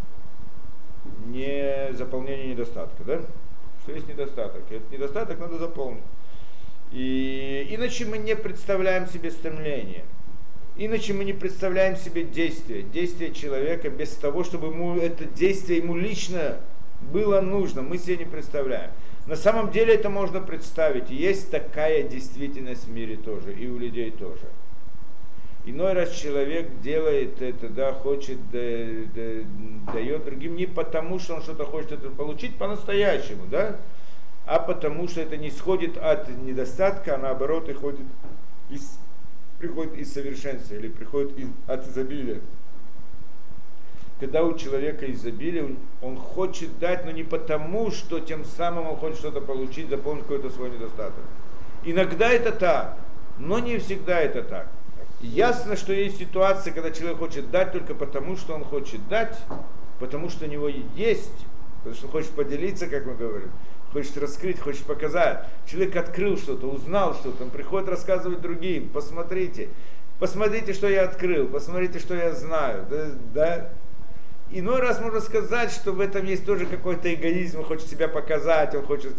не заполнения недостатка, да? Что есть недостаток. И этот недостаток надо заполнить. И иначе мы не представляем себе стремление. Иначе мы не представляем себе действие человека без того, чтобы ему это действие ему лично было нужно. Мы себе не представляем. На самом деле это можно представить. Есть такая действительность в мире тоже, и у людей тоже. Иной раз человек делает это, да, хочет, дает другим не потому, что он что-то хочет это получить по-настоящему, да, а потому что это не исходит от недостатка, а наоборот приходит из совершенства или приходит от изобилия. Когда у человека изобилие, он хочет дать, но не потому, что тем самым он хочет что-то получить, заполнить какой-то свой недостаток. Иногда это так, но не всегда это так. Ясно, что есть ситуации, когда человек хочет дать только потому, что он хочет дать, потому что у него есть, потому что он хочет поделиться, как мы говорим, хочет раскрыть, хочет показать. Человек открыл что-то, узнал что-то, он приходит рассказывать другим, посмотрите, что я открыл, посмотрите, что я знаю, да? Иной раз можно сказать, что в этом есть тоже какой-то эгоизм, он хочет себя показать, он хочет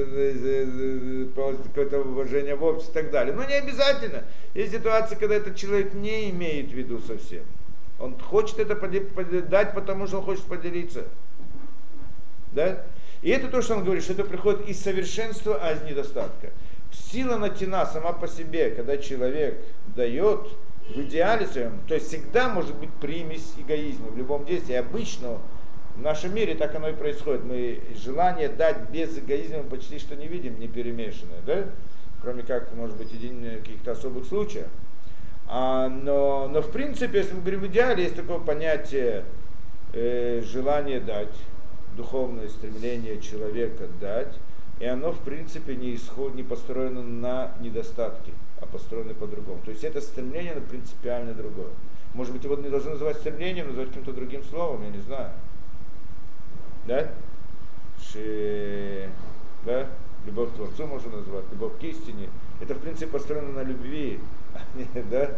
какое-то уважение в обществе и так далее. Но не обязательно. Есть ситуации, когда этот человек не имеет в виду совсем. Он хочет это дать, потому что он хочет поделиться. Да? И это то, что он говорит, что это приходит из совершенства, а из недостатка. Сила натяна сама по себе, когда человек дает, в идеале своем, то есть всегда может быть примесь эгоизма в любом действии. Обычно в нашем мире так оно и происходит. Мы желание дать без эгоизма почти что не видим, не перемешанное, да? Кроме как, может быть, в каких-то особых случаях. Но в принципе, если мы говорим в идеале, есть такое понятие желание дать, духовное стремление человека дать, и оно в принципе не построено на недостатке, а построены по-другому. То есть это стремление, оно принципиально другое. Может быть, его не должны называть стремлением, называть каким-то другим словом, я не знаю. Да? Да? Любовь к Творцу можно назвать, любовь к истине. Это, в принципе, построено на любви, да?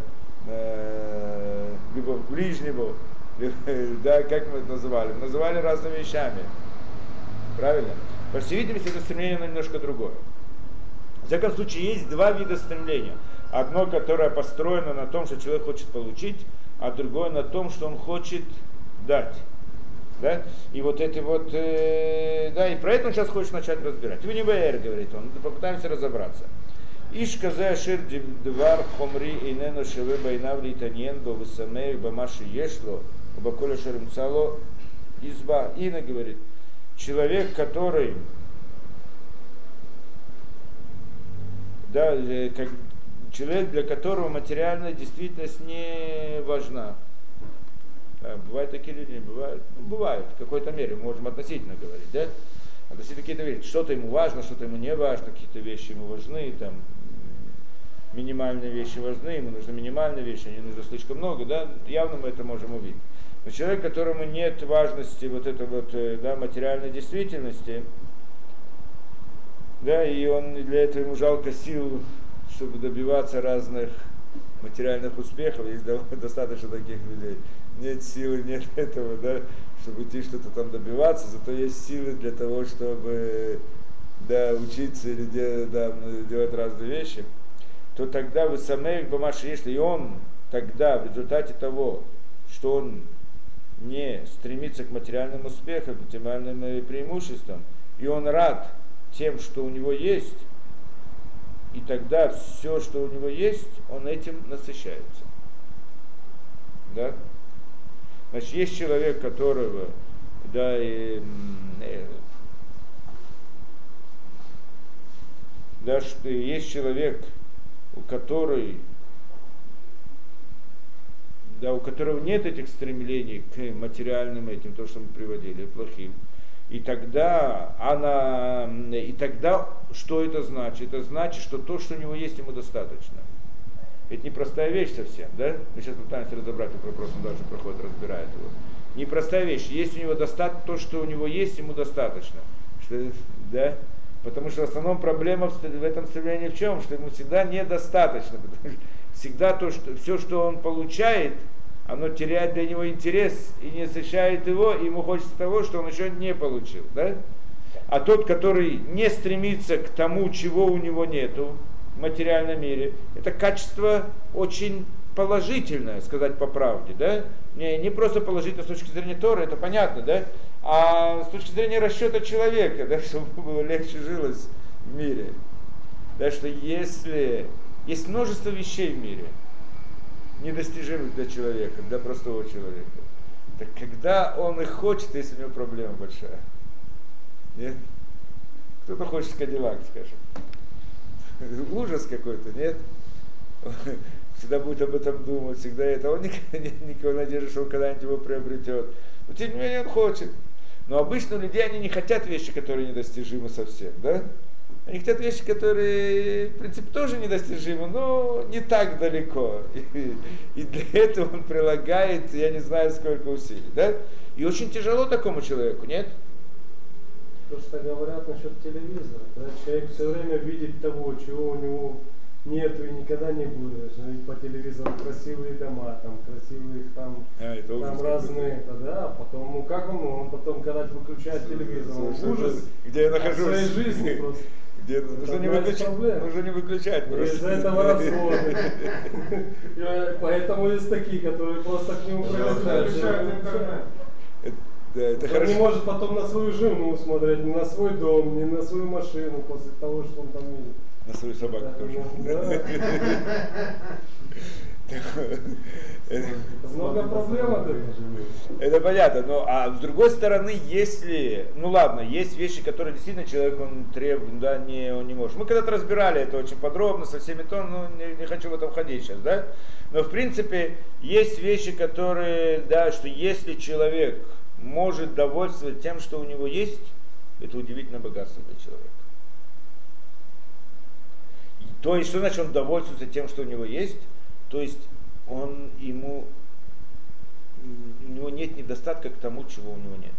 Любовь к ближнему. Да, как мы это называли? Мы называли разными вещами. Правильно? По всей видимости, это стремление немножко другое. В всяком случае, есть два вида стремления. Одно, которое построено на том, что человек хочет получить, а другое на том, что он хочет дать. Да? И вот эти вот, да, и про это он сейчас хочет начать разбирать. Венибаэр, говорит он, попытаемся разобраться. Ишказе ашир двар хомри инену шеве байнав литаньен бо высамею бамаши ешло баколя шаримцало изба. Ина говорит, человек, который, да, как человек, для которого материальная действительность не важна. Да, бывают такие люди, не бывают. Ну, бывают, в какой-то мере, мы можем относительно говорить, да? Относительно какие-то вещи. Что-то ему важно, что-то ему не важно, какие-то вещи ему важны, там, минимальные вещи важны, ему нужны минимальные вещи, не нужно слишком много, да? Явно мы это можем увидеть. Но человек, которому нет важности вот этой вот, да, материальной действительности, да, и он для этого ему жалко сил, чтобы добиваться разных материальных успехов, есть достаточно таких людей. Нет силы, нет этого, да, чтобы идти что-то там добиваться, зато есть силы для того, чтобы, да, учиться или делать разные вещи, то тогда вы самех бамаши, если он тогда в результате того, что он не стремится к материальным успехам, к материальным преимуществам, и он рад тем, что у него есть, и тогда все, что у него есть, он этим насыщается. Да? Значит, есть человек, которого, да, да, что есть человек, у которого нет этих стремлений к материальным этим, то, что мы приводили, плохим. И тогда что это значит? Это значит, что то, что у него есть, ему достаточно. Это непростая вещь совсем, да? Мы сейчас пытаемся разобрать этот вопрос, он дальше проходит, разбирает его. Непростая вещь. Есть у него то, что у него есть, ему достаточно. Да? Потому что в основном проблема в этом стремлении в чем? Что ему всегда недостаточно. Потому что всегда все, что он получает, оно теряет для него интерес и не насыщает его, и ему хочется того, что он еще не получил. Да? А тот, который не стремится к тому, чего у него нету в материальном мире, это качество очень положительное, сказать по правде. Да? Не просто положительное с точки зрения Торы, это понятно, да? А с точки зрения расчета человека, да, чтобы было легче жилось в мире. Да, что если есть множество вещей в мире, недостижимых для человека, для простого человека, так когда он их хочет, если у него проблема большая? Нет? Кто-то хочет Кадиллак, скажем. Ужас какой-то, нет? Всегда будет об этом думать, всегда это. Он никакой надежды, что он когда-нибудь его приобретет. Но тем не менее он хочет. Но обычно людей они не хотят вещи, которые недостижимы совсем, да? Они хотят вещи, которые, в принципе, тоже недостижимы, но не так далеко. И для этого он прилагает, я не знаю, сколько усилий, да? И очень тяжело такому человеку, нет? То, что говорят насчет телевизора, да? Человек все время видит того, чего у него нету и никогда не будет. Ведь по телевизору красивые дома, там красивые там, там разные, да, а потом, ну как он потом, когда выключает телевизор, ужас, где я нахожусь, в своей жизни просто. Где нужно не выключать. Из-за этого разводы. Поэтому есть такие, которые просто к нему привязываются. Да, это он хорошо. не может потом на свою жену смотреть, ни на свой дом, ни на свою машину после того, что он там видит. На свою собаку тоже. Много проблем от этого. Это понятно, но а с другой стороны, если, ну ладно, есть вещи, которые действительно человек он требует, да, он не может. Мы когда-то разбирали это очень подробно, со всеми то, но не хочу в это входить сейчас, да. Но в принципе есть вещи, которые, да, что если человек может довольствовать тем, что у него есть, это удивительное богатство для человека. То есть, что значит он довольствуется тем, что у него есть? То есть у него нет недостатка к тому, чего у него нет.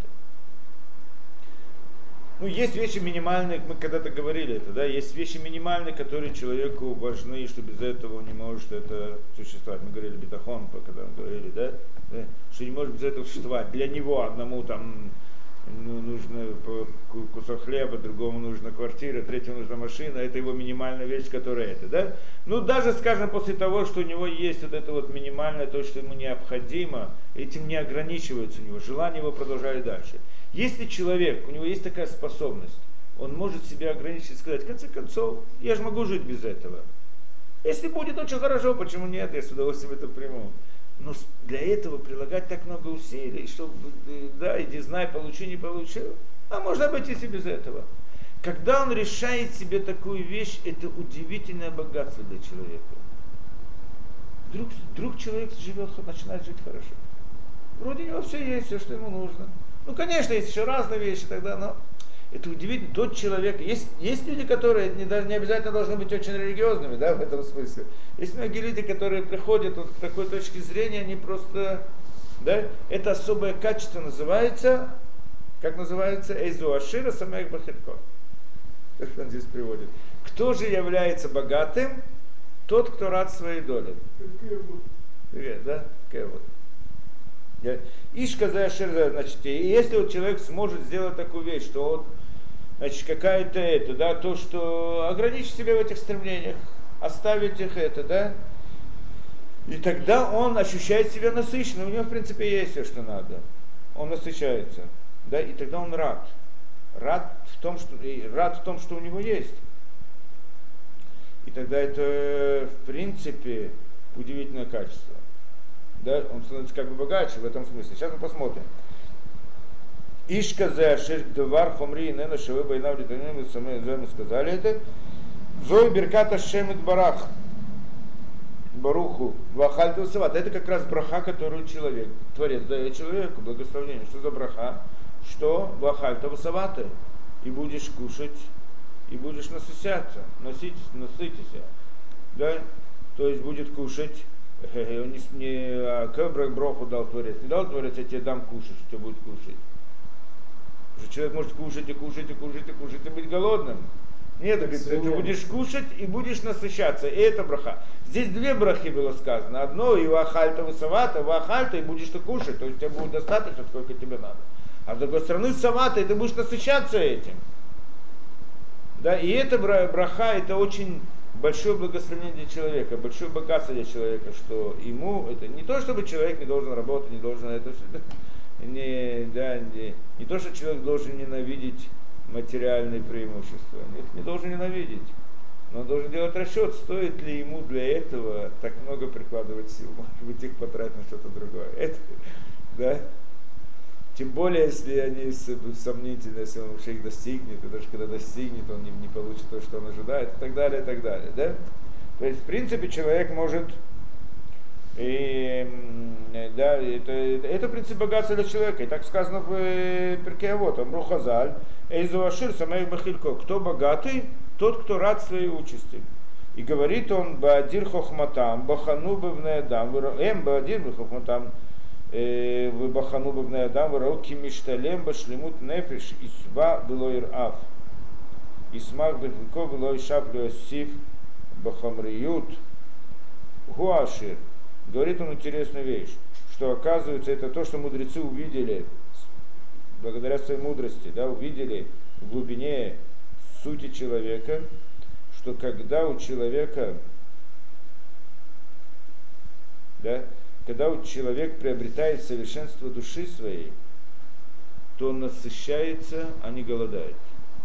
Ну, есть вещи минимальные, мы когда-то говорили это, да, есть вещи минимальные, которые человеку важны, что без этого он не может это существовать. Мы говорили бетахон, когда мы говорили, да, что не может без этого существовать. Для него одному там нужно кусок хлеба, другому нужна квартира, третьему нужна машина, это его минимальная вещь, которая это, да. Ну, даже, скажем, после того, что у него есть вот это вот минимальное, то, что ему необходимо, этим не ограничивается у него, желание его продолжает дальше. Если человек, у него есть такая способность, он может себя ограничить и сказать, в конце концов, я же могу жить без этого. Если будет очень хорошо, почему нет, я с удовольствием это приму. Но для этого прилагать так много усилий, чтобы, да, иди знай, получи, не получил, а можно обойтись и без этого. Когда он решает себе такую вещь, это удивительное богатство для человека. Вдруг человек живет, начинает жить хорошо. Вроде у него все есть, все, что ему нужно. Ну, конечно, есть еще разные вещи тогда, но это удивительно. Тот человек, есть люди, которые не обязательно должны быть очень религиозными, да, в этом смысле. Есть многие люди, которые приходят вот к такой точке зрения, они просто, да, это особое качество называется, как называется, эйзу ашира самех бахирко. Как он здесь приводит. Кто же является богатым? Тот, кто рад своей доле. Привет, да? Кевод. Ишка шерза, значит, и если вот человек сможет сделать такую вещь, что вот, значит, какая-то это, да, то, что ограничить себя в этих стремлениях, оставить их это, да, и тогда он ощущает себя насыщенным, у него, в принципе, есть все, что надо, он насыщается, да, и тогда он рад в том, что у него есть. И тогда это, в принципе, удивительное качество. Да, он становится как бы богаче в этом смысле. Сейчас мы посмотрим. Ишка за шердвар хомри и нена шевы байнав литаним, мы сказали это. Зой берката шемит барах. Баруху вахальту сават. Это как раз браха, которую человек, Творец дает человеку, благословение. Что за браха? Что вахальту саваты. И будешь кушать, и будешь насыщаться, насытися. Да? То есть будет кушать. Он не броху дал Творец. Не дал Творец, я тебе дам кушать, что будет кушать. Потому что человек может кушать и кушать и кушать и кушать и быть голодным. Нет, говорит, ты будешь кушать и будешь насыщаться. И это браха. Здесь две брахи было сказано. Одно, и вахальта высавата, вахальта, и будешь ты кушать. То есть тебе будет достаточно, сколько тебе надо. А с другой стороны, савата, и ты будешь насыщаться этим. Да, и это браха, это очень большое благословение для человека, большое богатство для человека, что ему это не то, чтобы человек не должен работать, не должен это все, не то, что человек должен ненавидеть материальные преимущества, нет, не должен ненавидеть, но он должен делать расчет, стоит ли ему для этого так много прикладывать сил, может быть их потратить на что-то другое. Это, да? Тем более, если они сомнительны, если он вообще их достигнет, и даже когда достигнет, он не получит то, что он ожидает, и так далее, и так далее. Да? То есть, в принципе, человек может, да, это принцип богатства для человека. И так сказано в Перкей Авот, Амрухазаль, Эйзуашир, Самех Бахилько. Кто богатый, тот, кто рад своей участи. И говорит он, Баадир Хохматам, Бахану Бевнеадам, Баадир Хохматам, Выбахану бабная дам, варауки мишталем, башлемут нефиш, исва было ав. Исмах бехлико было шаб леосиф, бахамриют, гуашир. Говорит он интересную вещь, что оказывается это то, что мудрецы увидели, благодаря своей мудрости, да, увидели в глубине сути человека, что когда у человека, да, когда человек приобретает совершенство души своей, то он насыщается, а не голодает.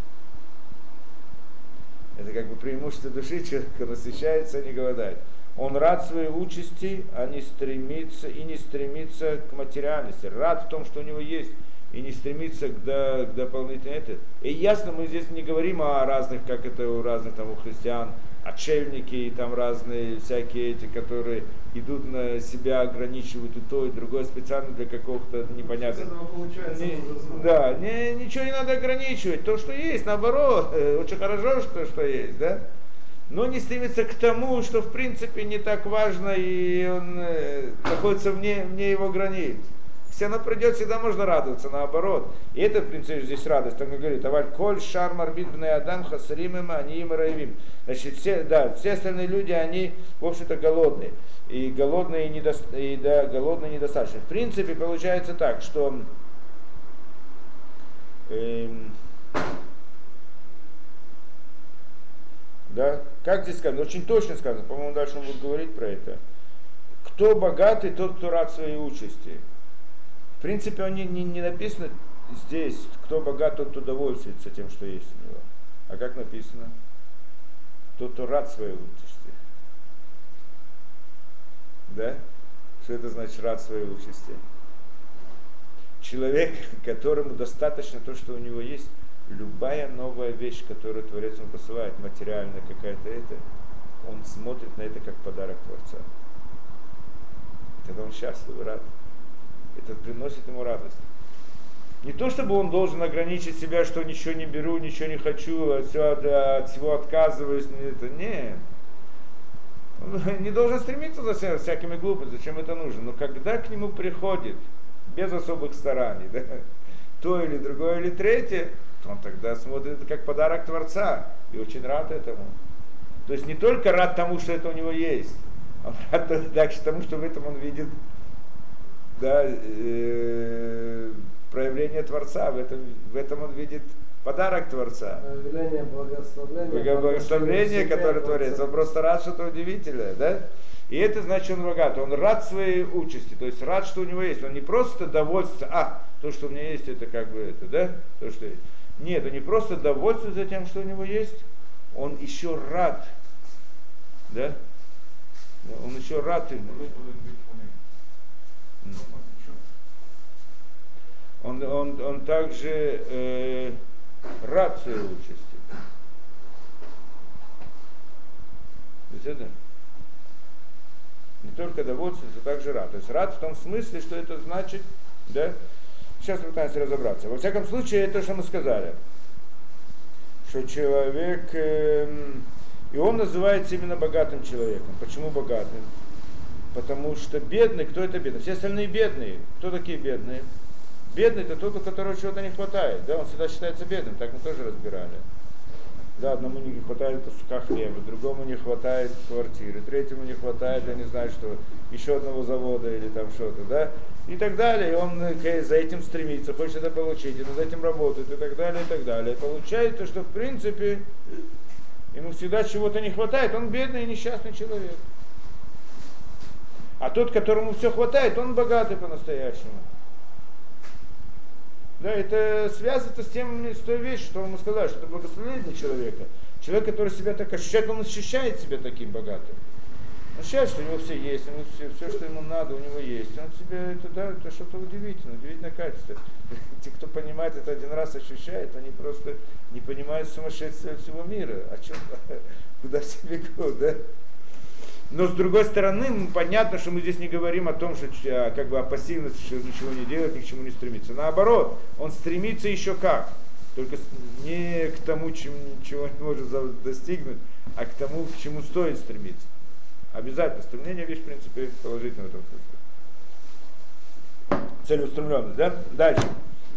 Это как бы преимущество души, человек насыщается, а не голодает. Он рад своей участи, а не стремится к материальности. Рад в том, что у него есть, и не стремится к дополнительной этой. И ясно, мы здесь не говорим о разных, как это у разных там у христиан, отшельники и там разные всякие эти, которые идут на себя, ограничивают и то, и другое специально для какого-то непонятного. Да, ничего не надо ограничивать. То, что есть, наоборот, очень хорошо, что есть, да? но не стремится к тому, что в принципе не так важно, и он находится вне его границ. Если оно придет, всегда можно радоваться, наоборот. И это, в принципе, здесь радость. Так он говорит, аваль коль шар марбит бней адам хасарим им аниим раевим. Значит, все остальные люди, они, в общем-то, голодные. И голодные, голодные недостаточно. В принципе, получается так, что да, как здесь сказано? Очень точно сказано, по-моему, дальше он будет говорить про это. Кто богатый, тот, кто рад своей участи. В принципе, он не написано здесь, кто богат, тот, кто довольствуется тем, что есть у него. А как написано? Тот, кто рад своей участи. Да? Что это значит рад своей участи? Человек, которому достаточно то, что у него есть, любая новая вещь, которую Творец ему посылает, материальная какая-то он смотрит на это как подарок Творца. Тогда он счастлив и рад. Это приносит ему радость. Не то, чтобы он должен ограничить себя, что ничего не беру, ничего не хочу, от всего отказываюсь. Это нет. Он не должен стремиться за всякими глупостями, зачем это нужно. Но когда к нему приходит, без особых стараний, да, то или другое, или третье, то он тогда смотрит это как подарок Творца и очень рад этому. То есть не только рад тому, что это у него есть, а рад также тому, что в этом он видит, да, проявление Творца, в этом он видит подарок Творца. Проявление благословения. Благословение, которое Творец. Он просто рад, что-то удивительное, да? И это значит, он богат. Он рад своей участи, то есть рад, что у него есть. Он не просто довольствуется, то, что у меня есть, это как бы это, да? То, что есть. Нет, он не просто довольствуется тем, что у него есть, он еще рад, да? Он еще рад ему. Он также рад своей участи. То есть это не только довольствуется, а также рад. То есть рад в том смысле, что это значит, да? Сейчас попытаемся разобраться. Во всяком случае, это что мы сказали. Что человек, и он называется именно богатым человеком. Почему богатым? Потому что бедный, кто это бедный? Все остальные бедные. Кто такие бедные? Бедный это тот, у которого чего-то не хватает. Да, он всегда считается бедным, так мы тоже разбирали. Да, одному не хватает куска хлеба, другому не хватает квартиры, третьему не хватает, я не знаю что, еще одного завода или там что-то, да, и так далее. И он за этим стремится, хочет это получить, и над этим работает, и так далее, и так далее. И получается, что в принципе ему всегда чего-то не хватает, он бедный и несчастный человек. А тот, которому все хватает, он богатый по-настоящему. Да, это связано с той вещью, что мы сказали, что это благословение человека. Человек, который себя так ощущает, он ощущает себя таким богатым. Он ощущает, что у него все есть, ему все, что ему надо, у него есть. Он себя, это что-то удивительное качество. Те, кто понимает это один раз, ощущает, они просто не понимают сумасшествия всего мира. О чем, куда все бегут, да? Но с другой стороны, понятно, что мы здесь не говорим о том, что как бы о пассивности, что ничего не делать, ни к чему не стремиться. Наоборот, он стремится еще как. Только не к тому, чего не может достигнуть, а к тому, к чему стоит стремиться. Обязательно. Стремление вещь, в принципе, положительная в этом смысле. Целеустремленность, да? Дальше.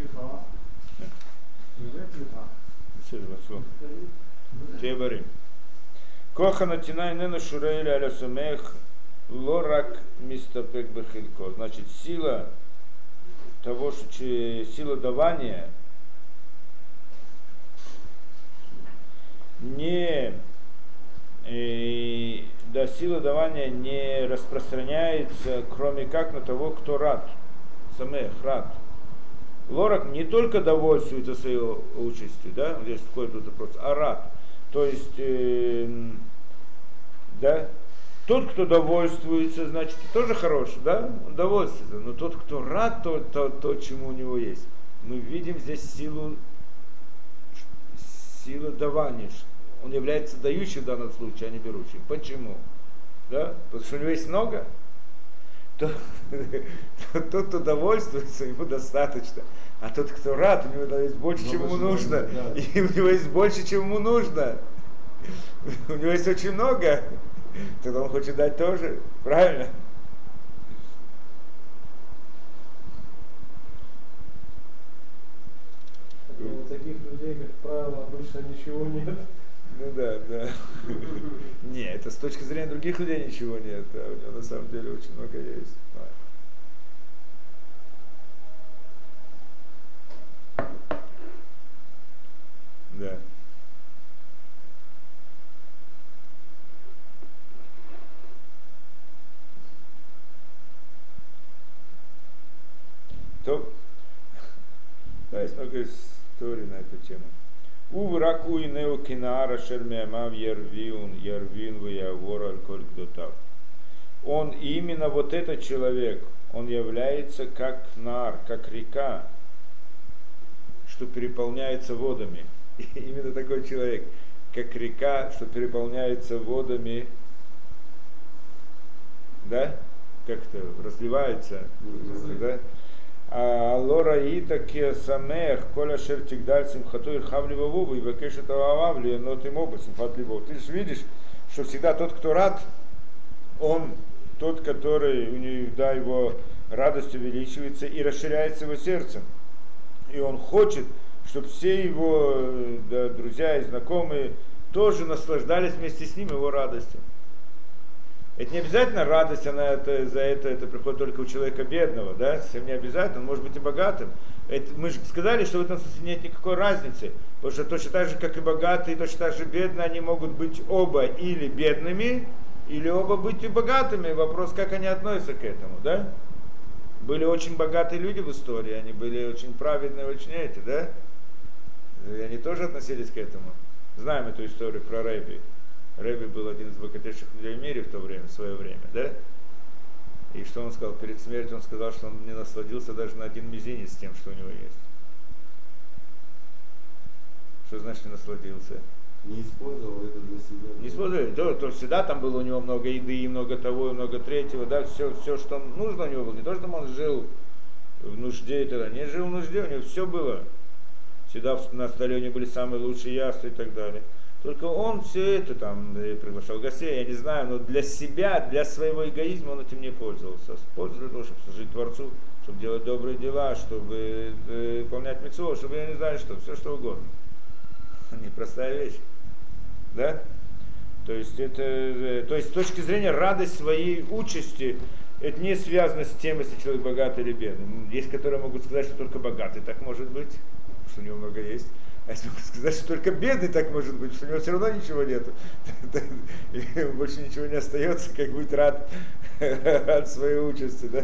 Тебарим. Кохана тинай нена шурейли аля сумех лорак мистапек бехилько. Значит, сила того, что сила давания сила давания не распространяется, кроме как на того, кто рад. Самех, рад. Лорак не только довольствуется своей участью, да, здесь входит тут вопрос, а рад. То есть, да, тот, кто довольствуется, значит, тоже хороший, да, он довольствуется. Но тот, кто рад, то, чему у него есть. Мы видим здесь силу давания. Он является дающим в данном случае, а не берущим. Почему? Да? Потому что у него есть много. Тот, кто довольствуется, ему достаточно. А тот, кто рад, у него есть больше, чем ему нужно. И у него есть больше, чем ему нужно. У него есть очень много, тогда он хочет дать тоже, правильно? У таких людей, как правило, обычно ничего нет. Ну да, да. Не, это с точки зрения других людей ничего нет, а у него на самом деле очень много есть. Да. То, да, есть много историй на эту тему. Увраку и неокинара шермиамав ярвин ваявор аль-коль гдотав. Он именно вот этот человек, он является как нар, как река, что переполняется водами. Именно такой человек, как река, что переполняется водами, да, как-то разливается, да. А лора итаке самех, коля шертигдаль симхатуир хавливаву, и вакешет ававли, но ты оба симхатливу. Ты же видишь, что всегда тот, кто рад, он тот, который, у него, да, его радость увеличивается и расширяется его сердцем. И он хочет, чтобы все его, да, друзья и знакомые тоже наслаждались вместе с ним его радостью. Это не обязательно радость, она за это приходит только у человека бедного, да, совсем не обязательно, он может быть и богатым. Это, мы же сказали, что в этом смысле нет никакой разницы, потому что точно так же, как и богатые, точно так же бедные, они могут быть оба или бедными, или оба быть и богатыми. Вопрос, как они относятся к этому, да? Были очень богатые люди в истории, они были очень праведные, очень эти, да? И они тоже относились к этому. Знаем эту историю про Рэби. Рэби был один из богатейших людей в мире в то время, в свое время, да? И что он сказал? Перед смертью он сказал, что он не насладился даже на один мизинец тем, что у него есть. Что значит не насладился? Не использовал это для себя. Не использовал, то всегда там было у него много еды, и много того, и много третьего, да, все, что нужно у него было. Не то, чтобы он жил в нужде, тогда не жил в нужде, у него все было. Всегда на столе у него были самые лучшие яства и так далее. Только он все это там приглашал гостей, я не знаю, но для себя, для своего эгоизма он этим не пользовался. Пользовался для того, чтобы служить Творцу, чтобы делать добрые дела, чтобы выполнять мицвот, чтобы, я не знаю что, все что угодно. Непростая вещь. Да? То есть с точки зрения радость своей участи, это не связано с тем, если человек богатый или бедный. Есть, которые могут сказать, что только богатый так может быть, что у него много есть. А если могут сказать, что только бедный так может быть, что у него все равно ничего нет, и больше ничего не остается, как быть рад своей участи, да?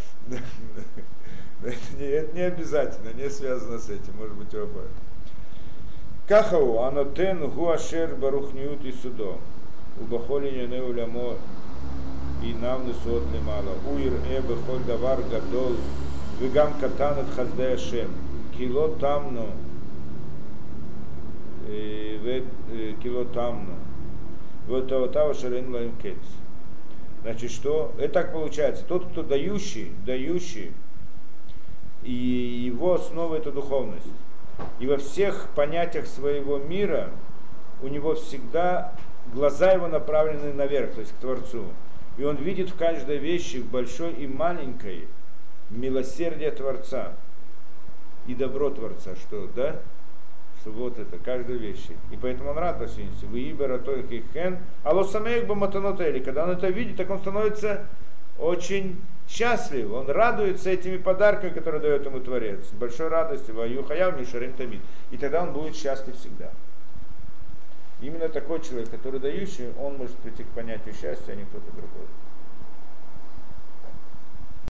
Это не обязательно, не связано с этим, может быть оба. Кахау, анотен гуашер барухниют и судо. Убахоли не улямо и нам несот лемала. Уир эбе холь давар гадол. Вигам катанет хаздея шем. Кило тамно. Кило тамно. Вот того шарен лаем кец. Значит, что? Это так получается. Тот, кто дающий, и его основа это духовность. И во всех понятиях своего мира у него всегда глаза его направлены наверх, то есть к Творцу. И он видит в каждой вещи, в большой и маленькой, милосердие Творца и добро Творца, что, да? Что вот это, каждой вещи. И поэтому он рад осениться. Вы ибера только хен, а лосамеек бы матанотели. Когда он это видит, так он становится очень счастлив, он радуется этими подарками, которые дает ему Творец, с большой радостью, ваюхаяв мишарим тамид. И тогда он будет счастлив всегда. Именно такой человек, который дающий, он может прийти к понятию счастья, а не кто-то другой.